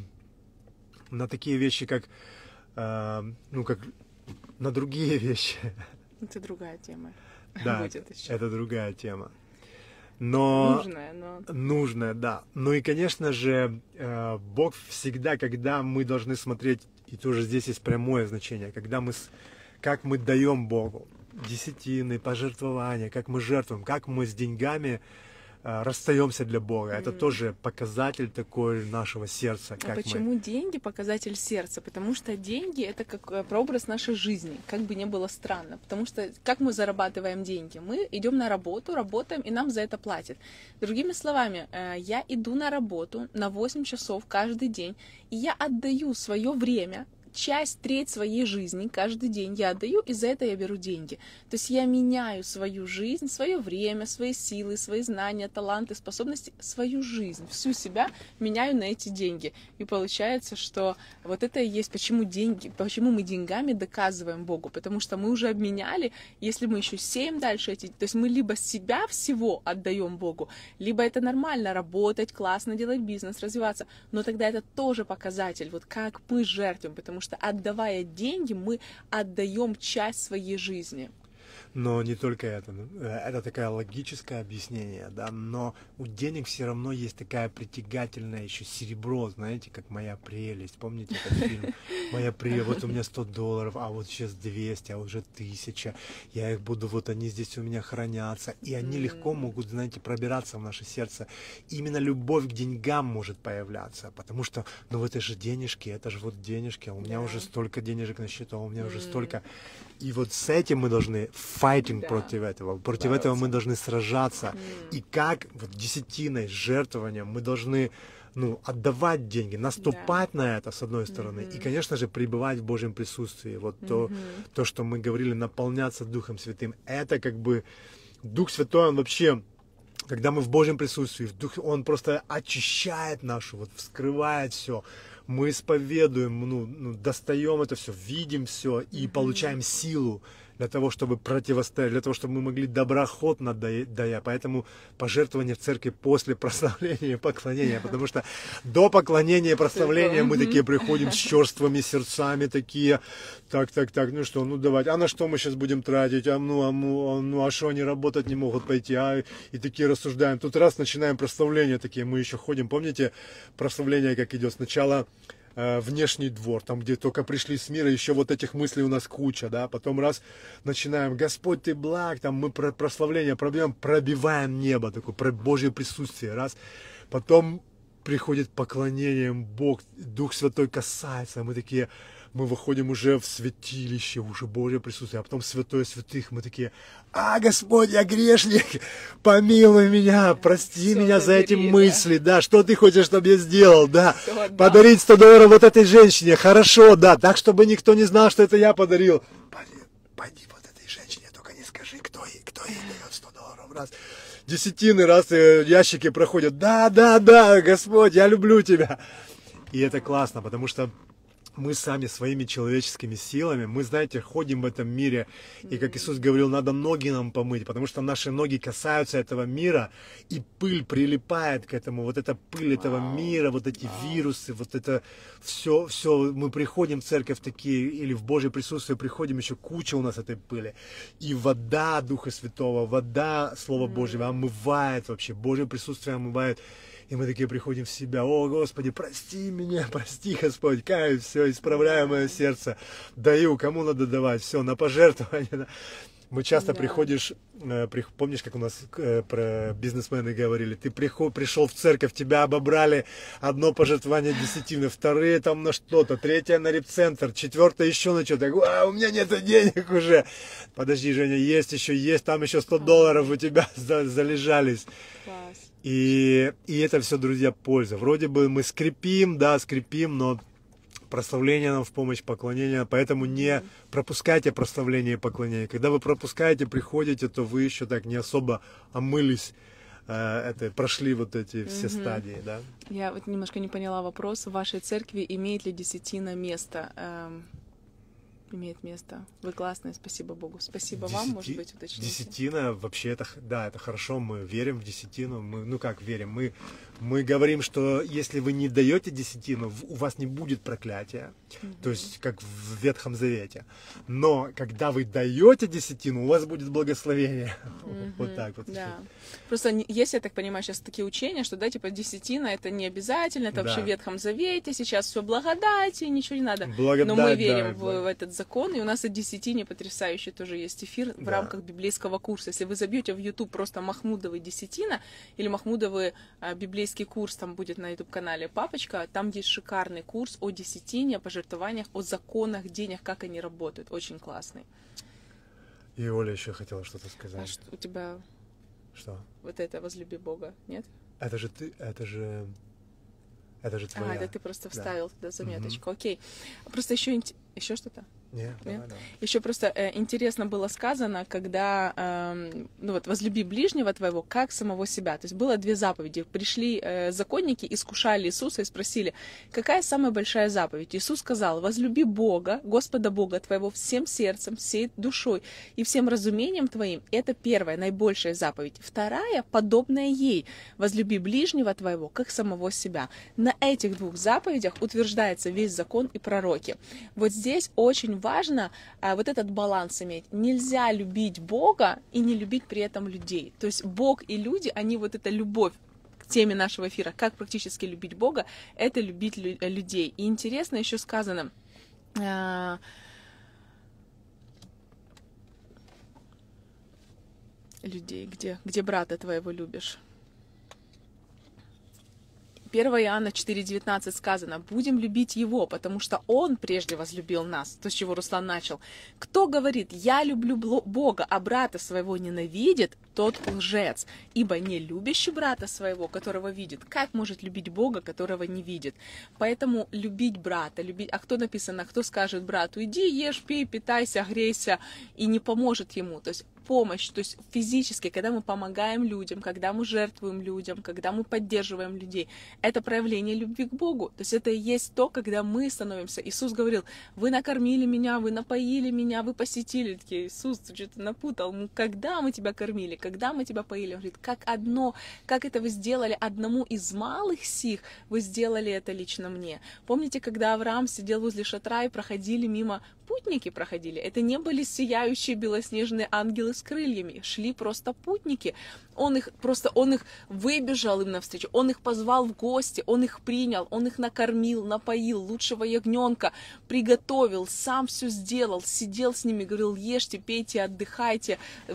на такие вещи, как, а, ну, как на другие вещи. Это другая тема. Да, это другая тема. Но, нужная, но... Нужная, да. Ну и, конечно же, Бог всегда, когда мы должны смотреть, и тоже здесь есть прямое значение, когда мы, как мы даем Богу, десятины, пожертвования, как мы жертвуем, как мы с деньгами э, расстаемся для Бога. Это mm. тоже показатель такой нашего сердца. А как почему мы... деньги показатель сердца? Потому что деньги это как прообраз нашей жизни, как бы ни было странно. Потому что как мы зарабатываем деньги? Мы идем на работу, работаем, и нам за это платят. Другими словами, э, я иду на работу на восемь часов каждый день, и я отдаю свое время часть, треть своей жизни каждый день я отдаю, и за это я беру деньги. То есть я меняю свою жизнь, свое время, свои силы, свои знания, таланты, способности, свою жизнь, всю себя меняю на эти деньги. И получается, что вот это и есть, почему деньги, почему мы деньгами доказываем Богу, потому что мы уже обменяли, если мы еще сеем дальше эти, то есть мы либо себя всего отдаем Богу, либо это нормально работать, классно делать бизнес, развиваться, но тогда это тоже показатель, вот как мы жертвуем, потому что отдавая деньги, мы отдаем часть своей жизни. Но не только это. Это такое логическое объяснение, да, но у денег все равно есть такая притягательная еще серебро, знаете, как «Моя прелесть». Помните этот фильм? «Моя прелесть», вот у меня сто долларов, а вот сейчас двести, а уже тысяча. Я их буду, вот они здесь у меня хранятся. И они mm. легко могут, знаете, пробираться в наше сердце. Именно любовь к деньгам может появляться, потому что, ну вот это же денежки, это же вот денежки, а у меня yeah. уже столько денежек на счету, а у меня mm. уже столько. И вот с этим мы должны fighting да. против этого. Против Бороться. этого мы должны сражаться. Mm. И как вот десятиной, жертвованием мы должны ну, отдавать деньги, наступать да. на это, с одной стороны. Mm-hmm. И, конечно же, пребывать в Божьем присутствии. Вот mm-hmm. то, то, что мы говорили, наполняться Духом Святым. Это как бы Дух Святой, он вообще... Когда мы в Божьем присутствии, в Дух, Он просто очищает нашу, вот вскрывает все. Мы исповедуем, ну, ну, достаем это все, видим все и mm-hmm. получаем силу для того, чтобы противостоять, для того, чтобы мы могли доброхотно дая. Поэтому пожертвование в церкви после прославления и поклонения, потому что до поклонения и прославления мы такие приходим с черствыми сердцами, такие, так, так, так, ну что, ну давайте, а на что мы сейчас будем тратить, а ну, а, ну, ну, а что они работать не могут пойти, а, и такие рассуждаем. Тут раз начинаем прославление, такие, мы еще ходим, помните, прославление как идет сначала, внешний двор, там, где только пришли с мира, еще вот этих мыслей у нас куча, да, потом раз начинаем, Господь, Ты благ, там мы про прославление пробьем, пробиваем небо, такое про Божье присутствие, раз, потом приходит поклонение, Бог, Дух Святой касается, мы такие, мы выходим уже в святилище, уже Божье присутствие, а потом святое святых, мы такие, а, Господь, я грешник, помилуй меня, прости Все меня за эти да. мысли, да, что Ты хочешь, чтобы я сделал, да, Все подарить сто долларов вот этой женщине, хорошо, да, так, чтобы никто не знал, что это я подарил, пойди, пойди вот этой женщине, только не скажи, кто ей, кто ей дает сто долларов, раз, десятины, раз, ящики проходят, да, да, да, Господь, я люблю Тебя, и это классно, потому что мы сами своими человеческими силами, мы, знаете, ходим в этом мире, и, как Иисус говорил, надо ноги нам помыть, потому что наши ноги касаются этого мира, и пыль прилипает к этому, вот эта пыль этого мира, вот эти вирусы, вот это все, все, мы приходим в церковь такие, или в Божье присутствие приходим, еще куча у нас этой пыли, и вода Духа Святого, вода Слова Божьего омывает вообще, Божье присутствие омывает. И мы такие приходим в себя, о, Господи, прости меня, прости, Господь, каюсь, все, исправляю мое сердце, даю, кому надо давать, все, на пожертвование. Мы часто да. приходишь, э, при, помнишь, как у нас э, про бизнесмены говорили, ты приход, пришел в церковь, тебя обобрали, одно пожертвование десятины, вторые там на что-то, третье на репцентр, четвертое еще на что-то, а, у меня нет денег уже. Подожди, Женя, есть еще, есть, там еще сто долларов у тебя залежались. Класс. И, и это все, друзья, польза. Вроде бы мы скрипим, да, скрипим, но прославление нам в помощь, поклонение. Поэтому не пропускайте прославление и поклонение. Когда вы пропускаете, приходите, то вы еще так не особо омылись, э, это, прошли вот эти все mm-hmm. стадии, да. Я вот немножко не поняла вопрос. В вашей церкви имеет ли десятина место? Эм... Имеет место. Вы классные, спасибо Богу. Спасибо Десяти... вам, может быть, уточните. Десятина, вообще, это, да, это хорошо, мы верим в десятину, мы, ну как верим, мы, мы говорим, что если вы не даете десятину, у вас не будет проклятия, угу. то есть как в Ветхом Завете. Но когда вы даете десятину, у вас будет благословение. Угу. Вот так вот. Да. Просто есть, я так понимаю, сейчас такие учения, что, да, типа, десятина это не обязательно, это да. вообще в Ветхом Завете, сейчас все благодати, ничего не надо. Благодать, но мы верим да, в, в этот закон, и у нас о десятине потрясающий тоже есть эфир в да. рамках библейского курса. Если вы забьете в YouTube просто Махмудовый десятина или Махмудовый а, библейский курс, там будет на YouTube-канале «Папочка», там есть шикарный курс о десятине, о пожертвованиях, о законах денег, как они работают. Очень классный. И Оля еще хотела что-то сказать. А что у тебя... Что? Вот это «возлюби Бога», нет? Это же ты, это же... Это же твоя. А, это ты просто вставил Да. туда заметочку. Мгм. Окей. Просто еще инт- еще что-то? Не, давай, Нет? давай. Еще просто э, интересно было сказано, когда, эм, ну вот, возлюби ближнего твоего, как самого себя. То есть было две заповеди. Пришли э, законники, искушали Иисуса и спросили, какая самая большая заповедь? Иисус сказал, возлюби Бога, Господа Бога твоего всем сердцем, всей душой и всем разумением твоим. Это первая, наибольшая заповедь. Вторая, подобная ей, возлюби ближнего твоего, как самого себя. На этих двух заповедях утверждается весь закон и пророки. Вот здесь очень важно а, вот этот баланс иметь. Нельзя любить Бога и не любить при этом людей. То есть Бог и люди, они вот эта любовь к теме нашего эфира, как практически любить Бога, это любить лю- людей. И интересно еще сказано, а, людей, где, где брата твоего любишь. первое Иоанна четыре девятнадцать сказано, будем любить Его, потому что Он прежде возлюбил нас, то, с чего Руслан начал. Кто говорит, я люблю Бога, а брата своего ненавидит, тот лжец, ибо не любящий брата своего, которого видит, как может любить Бога, которого не видит? Поэтому любить брата, любить... А кто написано, кто скажет брату, иди, ешь, пей, питайся, грейся, и не поможет ему? То есть помощь, то есть физически, когда мы помогаем людям, когда мы жертвуем людям, когда мы поддерживаем людей, это проявление любви к Богу. То есть это и есть то, когда мы становимся. Иисус говорил, вы накормили меня, вы напоили меня, вы посетили. Такие, Иисус, ты что-то напутал. Ну, когда мы тебя кормили, когда мы тебя поили? Он говорит, как одно, как это вы сделали одному из малых сих, вы сделали это лично мне. Помните, когда Авраам сидел возле шатра и проходили мимо, путники проходили, это не были сияющие белоснежные ангелы с крыльями, шли просто путники. Он их просто, он их выбежал им навстречу, он их позвал в гости, он их принял, он их накормил, напоил, лучшего ягненка приготовил, сам все сделал, сидел с ними, говорил, ешьте, пейте, отдыхайте,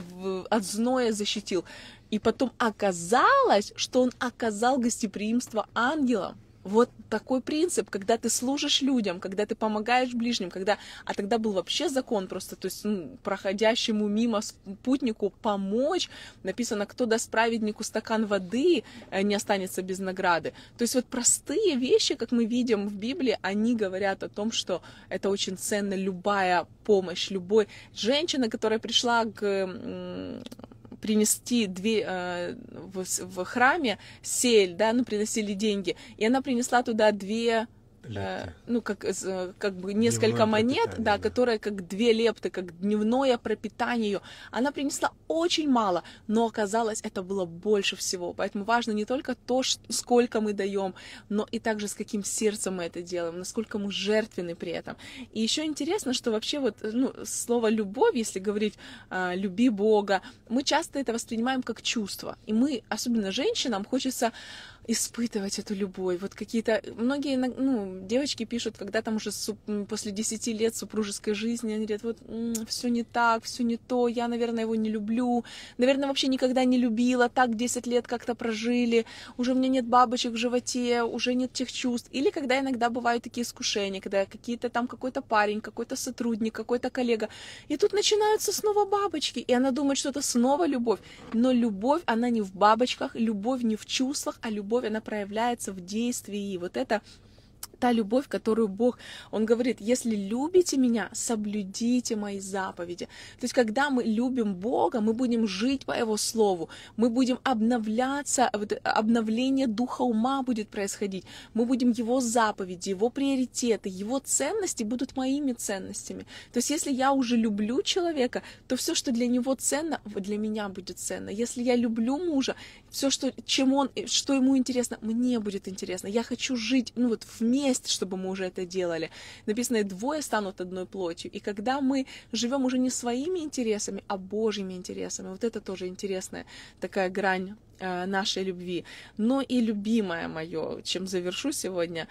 от зноя защитил. И потом оказалось, что он оказал гостеприимство ангелам. Вот такой принцип, когда ты служишь людям, когда ты помогаешь ближним, когда... А тогда был вообще закон просто, то есть ну, проходящему мимо путнику помочь. Написано, кто даст праведнику стакан воды, не останется без награды. То есть вот простые вещи, как мы видим в Библии, они говорят о том, что это очень ценно, любая помощь, любой... Женщина, которая пришла к... принести две, э, в, в храме сель, да, ну, приносили деньги, и она принесла туда две, э, ну, как, э, как бы несколько Дневное монет, да, да, которые как две лепты, как дневное пропитание ее. Она принесла очень мало, но оказалось, это было больше всего. Поэтому важно не только то, сколько мы даем, но и также с каким сердцем мы это делаем, насколько мы жертвенны при этом. И еще интересно, что вообще вот, ну, слово «любовь», если говорить э, «люби Бога», мы часто это воспринимаем как чувство. И мы, особенно женщинам, хочется испытывать эту любовь. Вот какие-то... Многие, ну, девочки пишут, когда там уже суп... после десяти лет супружеской жизни, они говорят, вот м-м, все не так, все не то, я, наверное, его не люблю, наверное, вообще никогда не любила, так десять лет как-то прожили, уже у меня нет бабочек в животе, уже нет тех чувств. Или когда иногда бывают такие искушения, когда какие-то там какой-то парень, какой-то сотрудник, какой-то коллега, и тут начинаются снова бабочки, и она думает, что это снова любовь. Но любовь, она не в бабочках, любовь не в чувствах, а любовь, она проявляется в действии. И вот это та любовь, которую Бог, Он говорит, если любите меня, соблюдите мои заповеди. То есть, когда мы любим Бога, мы будем жить по Его Слову, мы будем обновляться, вот, обновление духа ума будет происходить, мы будем Его заповеди, Его приоритеты, Его ценности будут моими ценностями. То есть, если я уже люблю человека, то все, что для него ценно, для меня будет ценно. Если я люблю мужа, все, что, чем он, что ему интересно, мне будет интересно. Я хочу жить, ну вот, вместе, чтобы мы уже это делали. Написано, двое станут одной плотью. И когда мы живем уже не своими интересами, а Божьими интересами, вот это тоже интересная такая грань э, нашей любви. Но и любимое мое, чем завершу сегодня,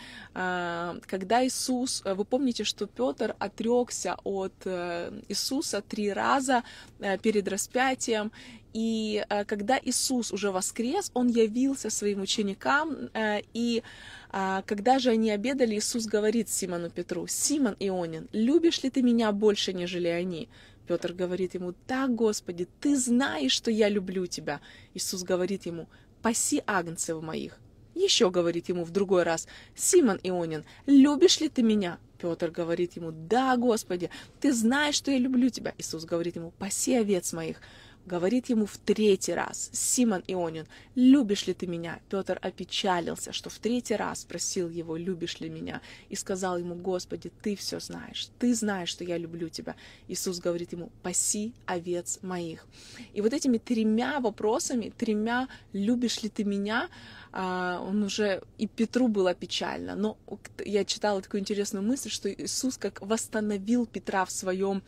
э, когда Иисус, вы помните, что Петр отрекся от э, Иисуса три раза э, перед распятием, и э, когда Иисус уже воскрес, Он явился своим ученикам, э, и э, когда же они обедали, Иисус говорит Симону Петру: «Симон Ионин, любишь ли ты меня больше, нежели они?» Петр говорит ему: «Да, Господи, ты знаешь, что я люблю тебя». Иисус говорит ему: «Паси агнцев моих». Еще говорит ему в другой раз: «Симон Ионин, любишь ли ты меня?» Петр говорит ему: «Да, Господи, ты знаешь, что я люблю тебя». Иисус говорит ему: «Паси овец моих». Говорит ему в третий раз: «Симон Ионин, любишь ли ты меня?» Петр опечалился, что в третий раз спросил его: «Любишь ли меня?» И сказал ему: «Господи, ты все знаешь, ты знаешь, что я люблю тебя». Иисус говорит ему: «Паси овец моих». И вот этими тремя вопросами, тремя «любишь ли ты меня», он уже, и Петру было печально. Но я читала такую интересную мысль, что Иисус как восстановил Петра в своем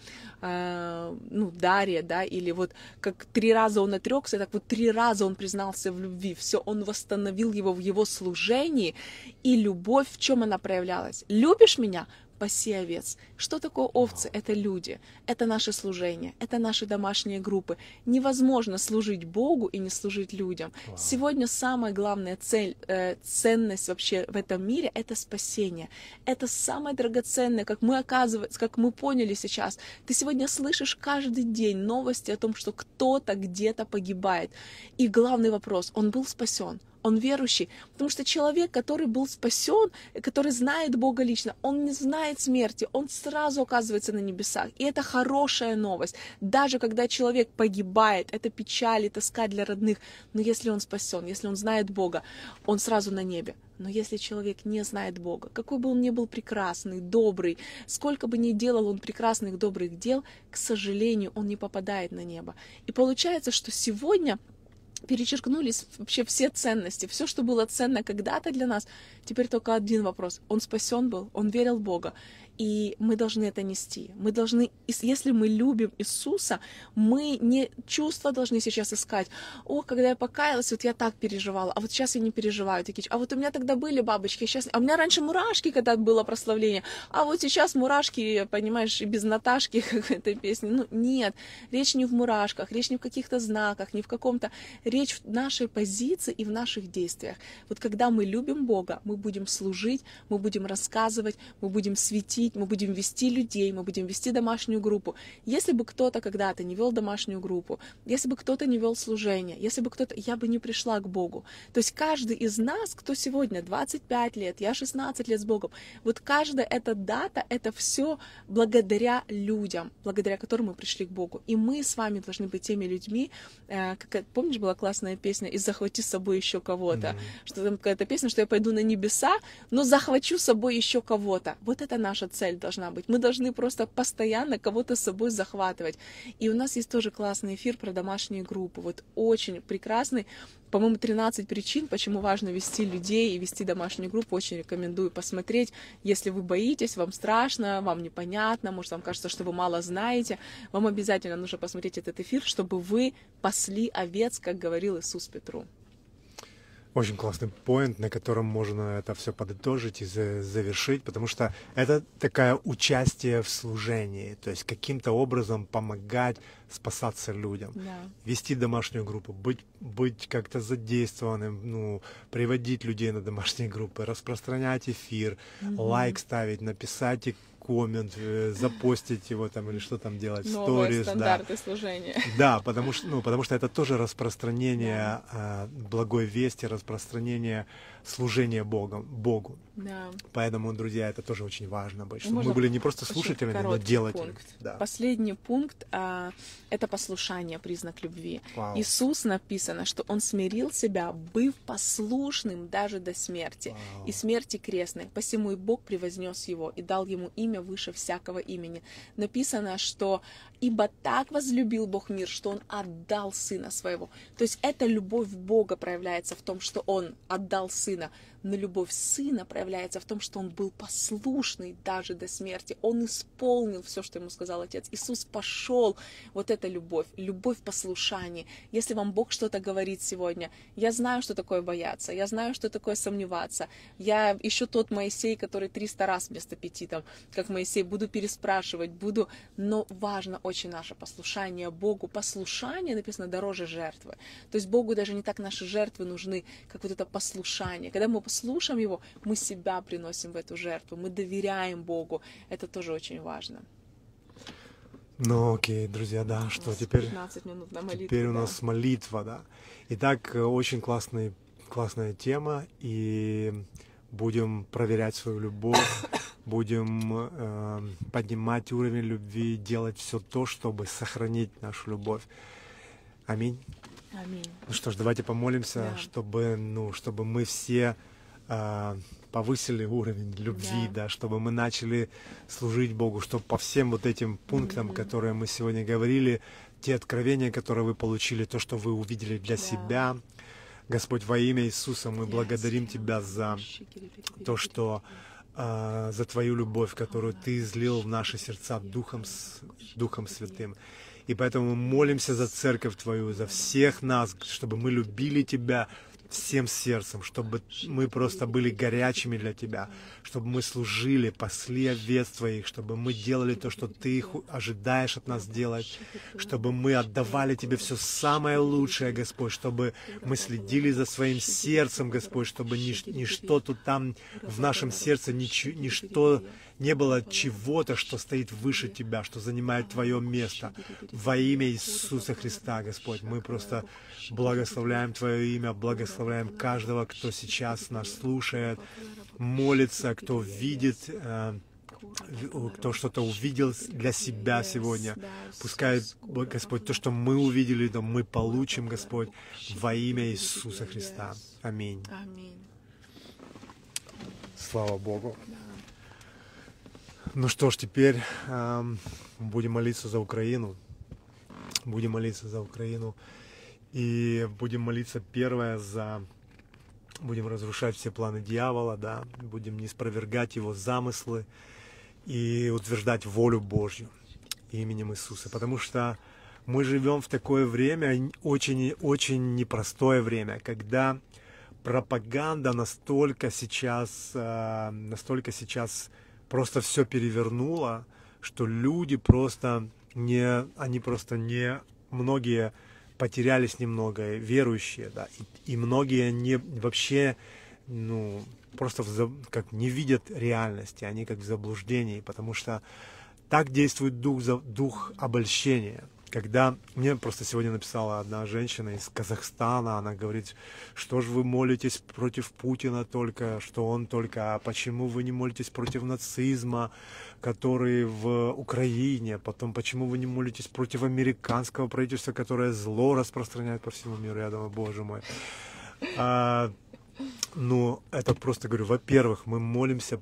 ну, даре, да, или вот как три раза он отрекся, так вот три раза он признался в любви. Все, он восстановил его в его служении, и любовь, в чем она проявлялась? «Любишь меня? Паси овец». Что такое овцы? Это люди, это наше служение, это наши домашние группы. Невозможно служить Богу и не служить людям. Wow. Сегодня самая главная цель, э, ценность вообще в этом мире — это спасение. Это самое драгоценное, как мы оказывается, как мы поняли сейчас. Ты сегодня слышишь каждый день новости о том, что кто-то где-то погибает. И главный вопрос: он был спасен? Он верующий, потому что человек, который был спасен, который знает Бога лично, он не знает смерти, он сразу оказывается на небесах. И это хорошая новость. Даже когда человек погибает, это печаль и тоска для родных. Но если он спасен, если он знает Бога, он сразу на небе. Но если человек не знает Бога, какой бы он ни был прекрасный, добрый, сколько бы ни делал он прекрасных, добрых дел, к сожалению, он не попадает на небо. И получается, что сегодня перечеркнулись вообще все ценности, все, что было ценно когда-то для нас. Теперь только один вопрос: он спасен был, он верил в Бога, и мы должны это нести. Мы должны, если мы любим Иисуса, мы не чувства должны сейчас искать: о, когда я покаялась, вот я так переживала, а вот сейчас я не переживаю такие, а вот у меня тогда были бабочки, сейчас, а у меня раньше мурашки, когда было прославление, а вот сейчас мурашки, понимаешь, и без Наташки, как в этой песне. Ну, нет, речь не в мурашках, речь не в каких-то знаках, не в каком-то, речь в нашей позиции и в наших действиях. Вот когда мы любим Бога, мы будем служить, мы будем рассказывать, мы будем светить, мы будем вести людей, мы будем вести домашнюю группу. Если бы кто-то когда-то не вел домашнюю группу, если бы кто-то не вел служение, если бы кто-то, я бы не пришла к Богу. То есть каждый из нас, кто сегодня двадцать пять лет, я шестнадцать лет с Богом, вот каждая эта дата, это все благодаря людям, благодаря которым мы пришли к Богу. И мы с вами должны быть теми людьми, э, как, помнишь, была классная песня «И захвати с собой еще кого-то», mm-hmm. что там какая-то песня, что я пойду на небеса, но захвачу с собой еще кого-то. Вот это наша цель должна быть. Мы должны просто постоянно кого-то с собой захватывать. И у нас есть тоже классный эфир про домашние группы. Вот очень прекрасный. По-моему, тринадцать причин, почему важно вести людей и вести домашнюю группу. Очень рекомендую посмотреть. Если вы боитесь, вам страшно, вам непонятно, может, вам кажется, что вы мало знаете, вам обязательно нужно посмотреть этот эфир, чтобы вы пасли овец, как говорил Иисус Петру. Очень классный поинт, на котором можно это все подытожить и завершить, потому что это такое участие в служении, то есть каким-то образом помогать спасаться людям, да. Вести домашнюю группу, быть, быть как-то задействованным, ну, приводить людей на домашние группы, распространять эфир, mm-hmm. лайк ставить, написать и коммент, запостить его там или что там делать, новые сторис, стандарты да. служения. Да, потому что, ну, потому что это тоже распространение да. э, благой вести, распространение служения Богом, Богу. Да. Поэтому, друзья, это тоже очень важно быть, чтобы Можно мы были не просто слушателями, но делателями. Да. Последний пункт а, — это послушание, признак любви. Вау. Иисус, написано, что Он смирил себя, быв послушным даже до смерти, Вау. И смерти крестной. Посему и Бог превознес Его и дал Ему имя выше всякого имени. Написано, что «Ибо так возлюбил Бог мир, что Он отдал Сына Своего». То есть эта любовь Бога проявляется в том, что Он отдал Сына. Но любовь Сына проявляется в том, что Он был послушный даже до смерти. Он исполнил все, что Ему сказал Отец. Иисус пошел. Вот эта любовь, любовь в послушании. Если вам Бог что-то говорит сегодня, я знаю, что такое бояться, я знаю, что такое сомневаться. Я еще тот Моисей, который триста раз вместо пяти, там, как Моисей, буду переспрашивать, буду... Но важно очень наше послушание Богу. Послушание, написано, дороже жертвы. То есть Богу даже не так наши жертвы нужны, как вот это послушание. Когда мы слушаем Его, мы себя приносим в эту жертву, мы доверяем Богу. Это тоже очень важно. Ну окей, друзья, да, у что теперь, пятнадцать минут на молитву, теперь у да. нас молитва, да. Итак, очень классный классная тема, и будем проверять свою любовь, будем э, поднимать уровень любви, делать все то, чтобы сохранить нашу любовь. Аминь. Аминь. Ну что ж, давайте помолимся, Да. чтобы, ну, чтобы мы все э, повысили уровень любви, Да. да, чтобы мы начали служить Богу, чтобы по всем вот этим пунктам, Мгм. которые мы сегодня говорили, те откровения, которые вы получили, то, что вы увидели для Да. себя, Господь, во имя Иисуса мы Yes. благодарим Тебя за то, что э, за Твою любовь, которую Ты излил в наши сердца Духом, с- Духом Святым. И поэтому мы молимся за церковь Твою, за всех нас, чтобы мы любили Тебя всем сердцем, чтобы мы просто были горячими для Тебя, чтобы мы служили, пасли овец Твоих, чтобы мы делали то, что Ты ожидаешь от нас делать, чтобы мы отдавали Тебе все самое лучшее, Господь, чтобы мы следили за своим сердцем, Господь, чтобы нич- ничто тут там в нашем сердце, нич- ничто не было чего-то, что стоит выше Тебя, что занимает Твое место. Во имя Иисуса Христа, Господь, мы просто благословляем Твое имя, благословляем каждого, кто сейчас нас слушает, молится, кто видит, э, кто что-то увидел для себя сегодня. Пускай, Господь, то, что мы увидели, то мы получим, Господь, во имя Иисуса Христа. Аминь. Аминь. Слава Богу. Ну что ж, теперь эм, будем молиться за Украину. Будем молиться за Украину. И будем молиться первое за... Будем разрушать все планы дьявола, да. Будем не спровергать его замыслы и утверждать волю Божью именем Иисуса. Потому что мы живем в такое время, очень-очень непростое время, когда пропаганда настолько сейчас, э, настолько сейчас просто все перевернула, что люди просто не, они просто не, многие потерялись немного, верующие, да, и, и многие не, вообще, ну, просто в, за- как не видят реальности, они как в заблуждении, потому что так действует дух, за- дух обольщения. Когда мне просто сегодня написала одна женщина из Казахстана, она говорит, что же вы молитесь против Путина только, что он только, а почему вы не молитесь против нацизма, который в Украине, потом почему вы не молитесь против американского правительства, которое зло распространяет по всему миру. Я думаю, боже мой. А, ну, это просто говорю, во-первых, мы молимся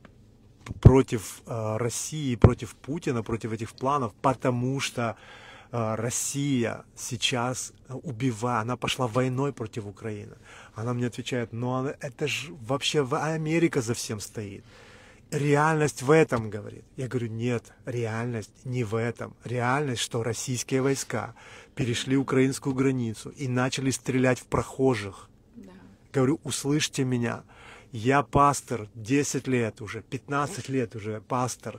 против а, России, против Путина, против этих планов, потому что а, Россия сейчас убивает, она пошла войной против Украины. Она мне отвечает, но она, это же вообще Америка за всем стоит. Реальность в этом, говорит. Я говорю, нет, реальность не в этом. Реальность, что российские войска перешли украинскую границу и начали стрелять в прохожих. Да. Говорю, услышьте меня. Я пастор десять лет уже, пятнадцать лет уже пастор.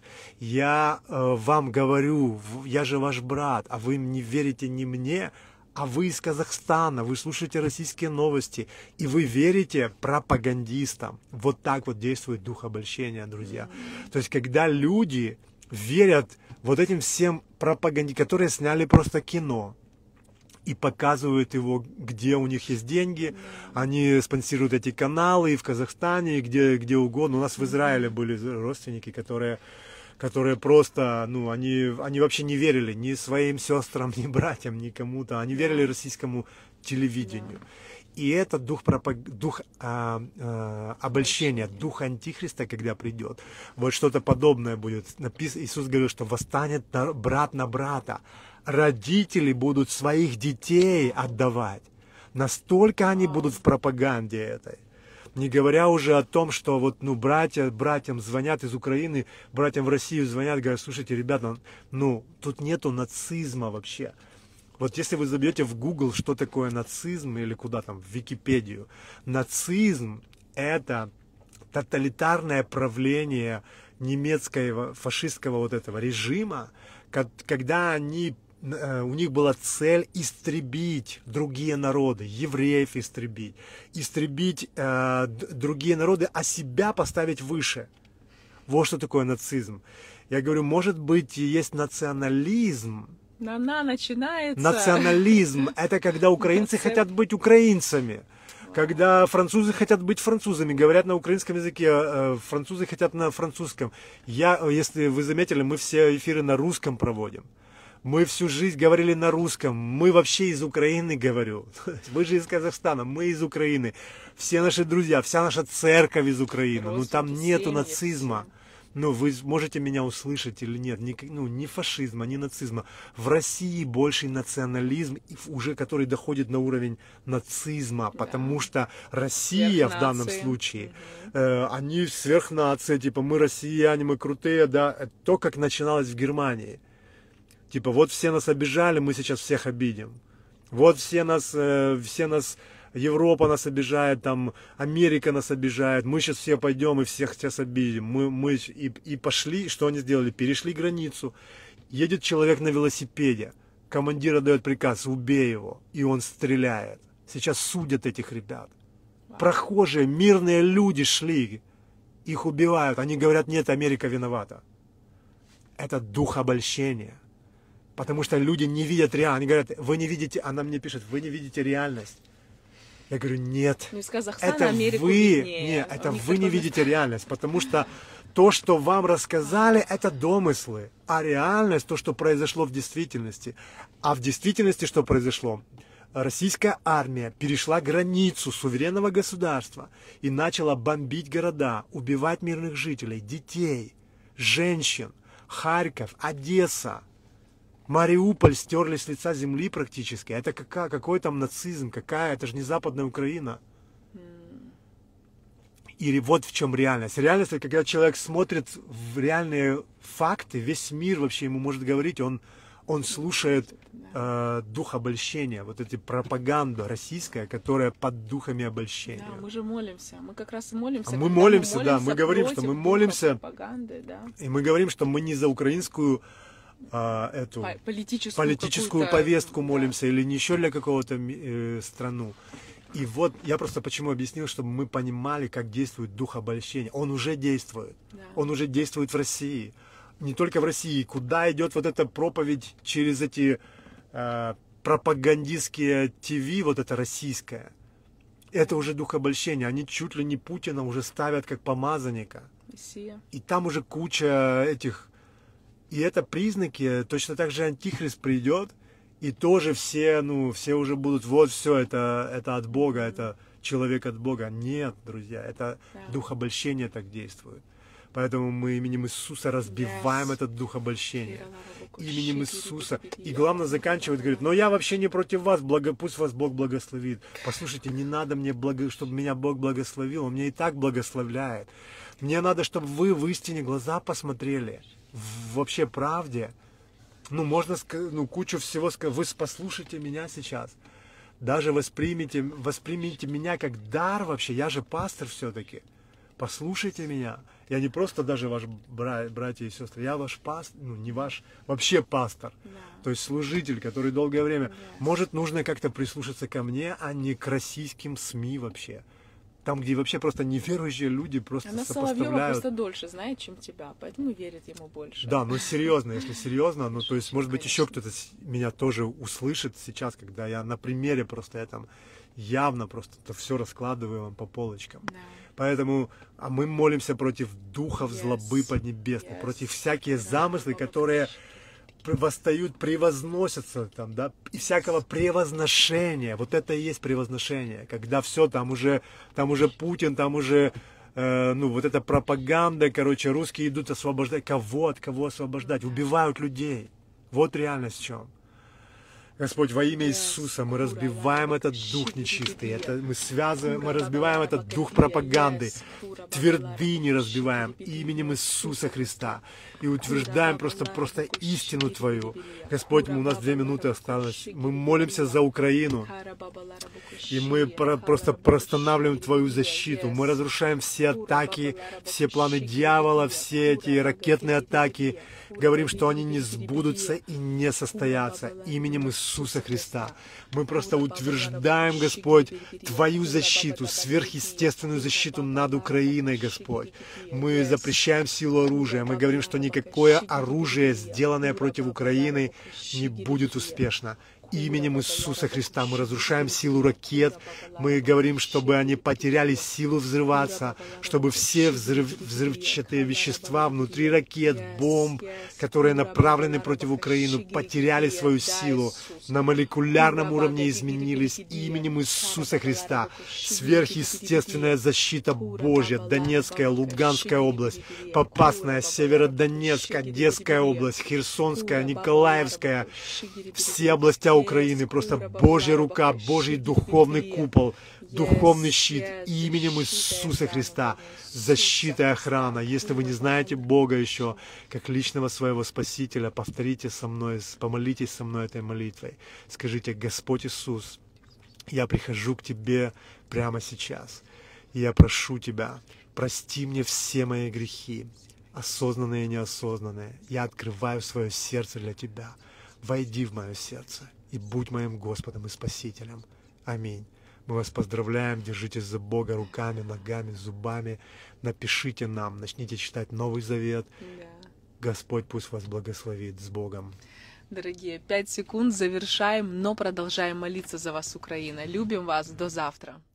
Я э, вам говорю, в- я же ваш брат, а вы не верите не мне, а вы из Казахстана, вы слушаете российские новости, и вы верите пропагандистам. Вот так вот действует дух обольщения, друзья. То есть, когда люди верят вот этим всем пропагандистам, которые сняли просто кино, и показывают его, где у них есть деньги. Они спонсируют эти каналы и в Казахстане, и где, где угодно. У нас в Израиле были родственники, которые, которые просто, ну, они, они вообще не верили ни своим сестрам, ни братьям, ни кому-то. Они верили российскому телевидению. И это дух, пропаг... дух а, а, обольщения, дух антихриста, когда придет. Вот что-то подобное будет написано. Иисус говорил, что восстанет на- брат на брата. Родители будут своих детей отдавать. Настолько они будут в пропаганде этой. Не говоря уже о том, что вот, ну, братья, братьям звонят из Украины, братьям в Россию звонят, говорят, слушайте, ребята, ну, тут нету нацизма вообще. Вот если вы забьете в Google, что такое нацизм, или куда там, в Википедию, нацизм – это тоталитарное правление немецкого фашистского вот этого режима, ко- когда они, э, у них была цель истребить другие народы, евреев истребить, истребить э, д- другие народы, а себя поставить выше. Вот что такое нацизм. Я говорю, может быть, есть национализм. На-на начинается. Национализм – это когда украинцы хотят быть украинцами. Когда французы хотят быть французами, говорят на украинском языке, французы хотят на французском. Я, если вы заметили, мы все эфиры на русском проводим. Мы всю жизнь говорили на русском. Мы вообще из Украины, говорю. Вы же из Казахстана, мы из Украины. Все наши друзья, вся наша церковь из Украины. Ну там нету нацизма. Ну, вы можете меня услышать или нет, ни, ну, ни фашизма, ни нацизма. В России больший национализм, уже который доходит на уровень нацизма, да. Потому что Россия в данном случае, угу. э, они сверхнация, типа мы россияне, мы крутые, да, то, как начиналось в Германии. Типа вот все нас обижали, мы сейчас всех обидим. Вот все нас, э, все нас... Европа нас обижает, там Америка нас обижает, мы сейчас все пойдем и всех сейчас обидим. Мы, мы и, и пошли, что они сделали? Перешли границу. Едет человек на велосипеде, командир отдает приказ, убей его, и он стреляет. Сейчас судят этих ребят. Прохожие, мирные люди шли, их убивают, они говорят, нет, Америка виновата. Это дух обольщения. Потому что люди не видят реальность. Они говорят, вы не видите, она мне пишет, вы не видите реальность. Я говорю, нет, ну, Казахстана, это Америку вы, виднее. нет, это вы не видите реальность, потому что то, что вам рассказали, это домыслы, а реальность, то, что произошло в действительности. А в действительности что произошло? Российская армия перешла границу суверенного государства и начала бомбить города, убивать мирных жителей, детей, женщин, Харьков, Одесса. Мариуполь стерли с лица земли практически. Это какая, какой там нацизм, какая? Это же не Западная Украина. И вот в чем реальность. Реальность, это когда человек смотрит в реальные факты, весь мир вообще ему может говорить, он, он слушает э, дух обольщения, вот эти пропаганда российская, которая под духами обольщения. Да, мы же молимся, мы как раз молимся. А мы молимся, мы молимся, да, мы говорим, что мы молимся, да. И мы говорим, что мы не за украинскую А, эту политическую, политическую повестку молимся, да. Или не еще для какого-то э, страну. И вот я просто почему объяснил, чтобы мы понимали, как действует дух обольщения. Он уже действует. Да. Он уже действует в России. Не только в России. Куда идет вот эта проповедь через эти э, пропагандистские ТВ, вот это российское. Это уже дух обольщения. Они чуть ли не Путина уже ставят как помазанника. Мессия. И там уже куча этих... И это признаки, точно так же Антихрист придет, и тоже все, ну, все уже будут, вот все, это, это от Бога, это человек от Бога. Нет, друзья, это да. Дух обольщения так действует. Поэтому мы именем Иисуса разбиваем yes. этот дух обольщения. Именем Иисуса. И главное заканчивает, говорит, но я вообще не против вас, благо, пусть вас Бог благословит. Послушайте, не надо мне, благо, чтобы меня Бог благословил, Он меня и так благословляет. Мне надо, чтобы вы в истине глаза посмотрели. В вообще правде, ну, можно сказать, ну, кучу всего сказать, вы послушайте меня сейчас, даже воспримите, воспримите меня как дар вообще, я же пастор все-таки, послушайте меня, я не просто даже ваш бра- братья и сестры, я ваш пастор, ну, не ваш, вообще пастор, да. То есть служитель, который долгое время, да. Может, нужно как-то прислушаться ко мне, а не к российским СМИ вообще. Там, где вообще просто неверующие люди просто Она сопоставляют. Соловьева просто дольше знает, чем тебя, поэтому верит ему больше. Да, ну серьезно, если серьезно, ну то есть, может быть, еще кто-то меня тоже услышит сейчас, когда я на примере просто я там явно просто это все раскладываю вам по полочкам. Да. Поэтому а мы молимся против духов yes. злобы поднебесной, yes. против всякие да, замыслы, которые восстают, превозносятся там, да, и всякого превозношения. Вот это и есть превозношение, когда все там уже, там уже Путин, там уже, э, ну, вот эта пропаганда, короче, русские идут освобождать. Кого от кого освобождать? Убивают людей. Вот реальность в чем. Господь, во имя Иисуса мы разбиваем этот дух нечистый, это мы связываем, мы разбиваем этот дух пропаганды, твердыни разбиваем именем Иисуса Христа и утверждаем просто, просто истину Твою. Господь, у нас две минуты осталось, мы молимся за Украину, и мы про, просто простанавливаем Твою защиту, мы разрушаем все атаки, все планы дьявола, все эти ракетные атаки, говорим, что они не сбудутся и не состоятся именем Иисуса Христа. Мы просто утверждаем, Господь, Твою защиту, сверхъестественную защиту над Украиной, Господь. Мы запрещаем силу оружия. Мы говорим, что никакое оружие, сделанное против Украины, не будет успешно. Именем Иисуса Христа мы разрушаем силу ракет. Мы говорим, чтобы они потеряли силу взрываться, чтобы все взрыв, взрывчатые вещества внутри ракет, бомб, которые направлены против Украины, потеряли свою силу, на молекулярном уровне изменились именем Иисуса Христа. Сверхъестественная защита Божья, Донецкая, Луганская область, Попасная, Северодонецк, Одесская область, Херсонская, Николаевская, все области Украины, просто Божья рука, Божий духовный купол, духовный щит именем Иисуса Христа, защита и охрана. Если вы не знаете Бога еще как личного своего Спасителя, повторите со мной, помолитесь со мной этой молитвой. Скажите: Господь Иисус, я прихожу к Тебе прямо сейчас, и я прошу Тебя, прости мне все мои грехи, осознанные и неосознанные. Я открываю свое сердце для Тебя. Войди в мое сердце и будь моим Господом и Спасителем. Аминь. Мы вас поздравляем, держитесь за Бога руками, ногами, зубами. Напишите нам, начните читать Новый Завет. Да. Господь пусть вас благословит. С Богом. Дорогие, пять секунд, завершаем, но продолжаем молиться за вас, Украина. Любим вас, до завтра.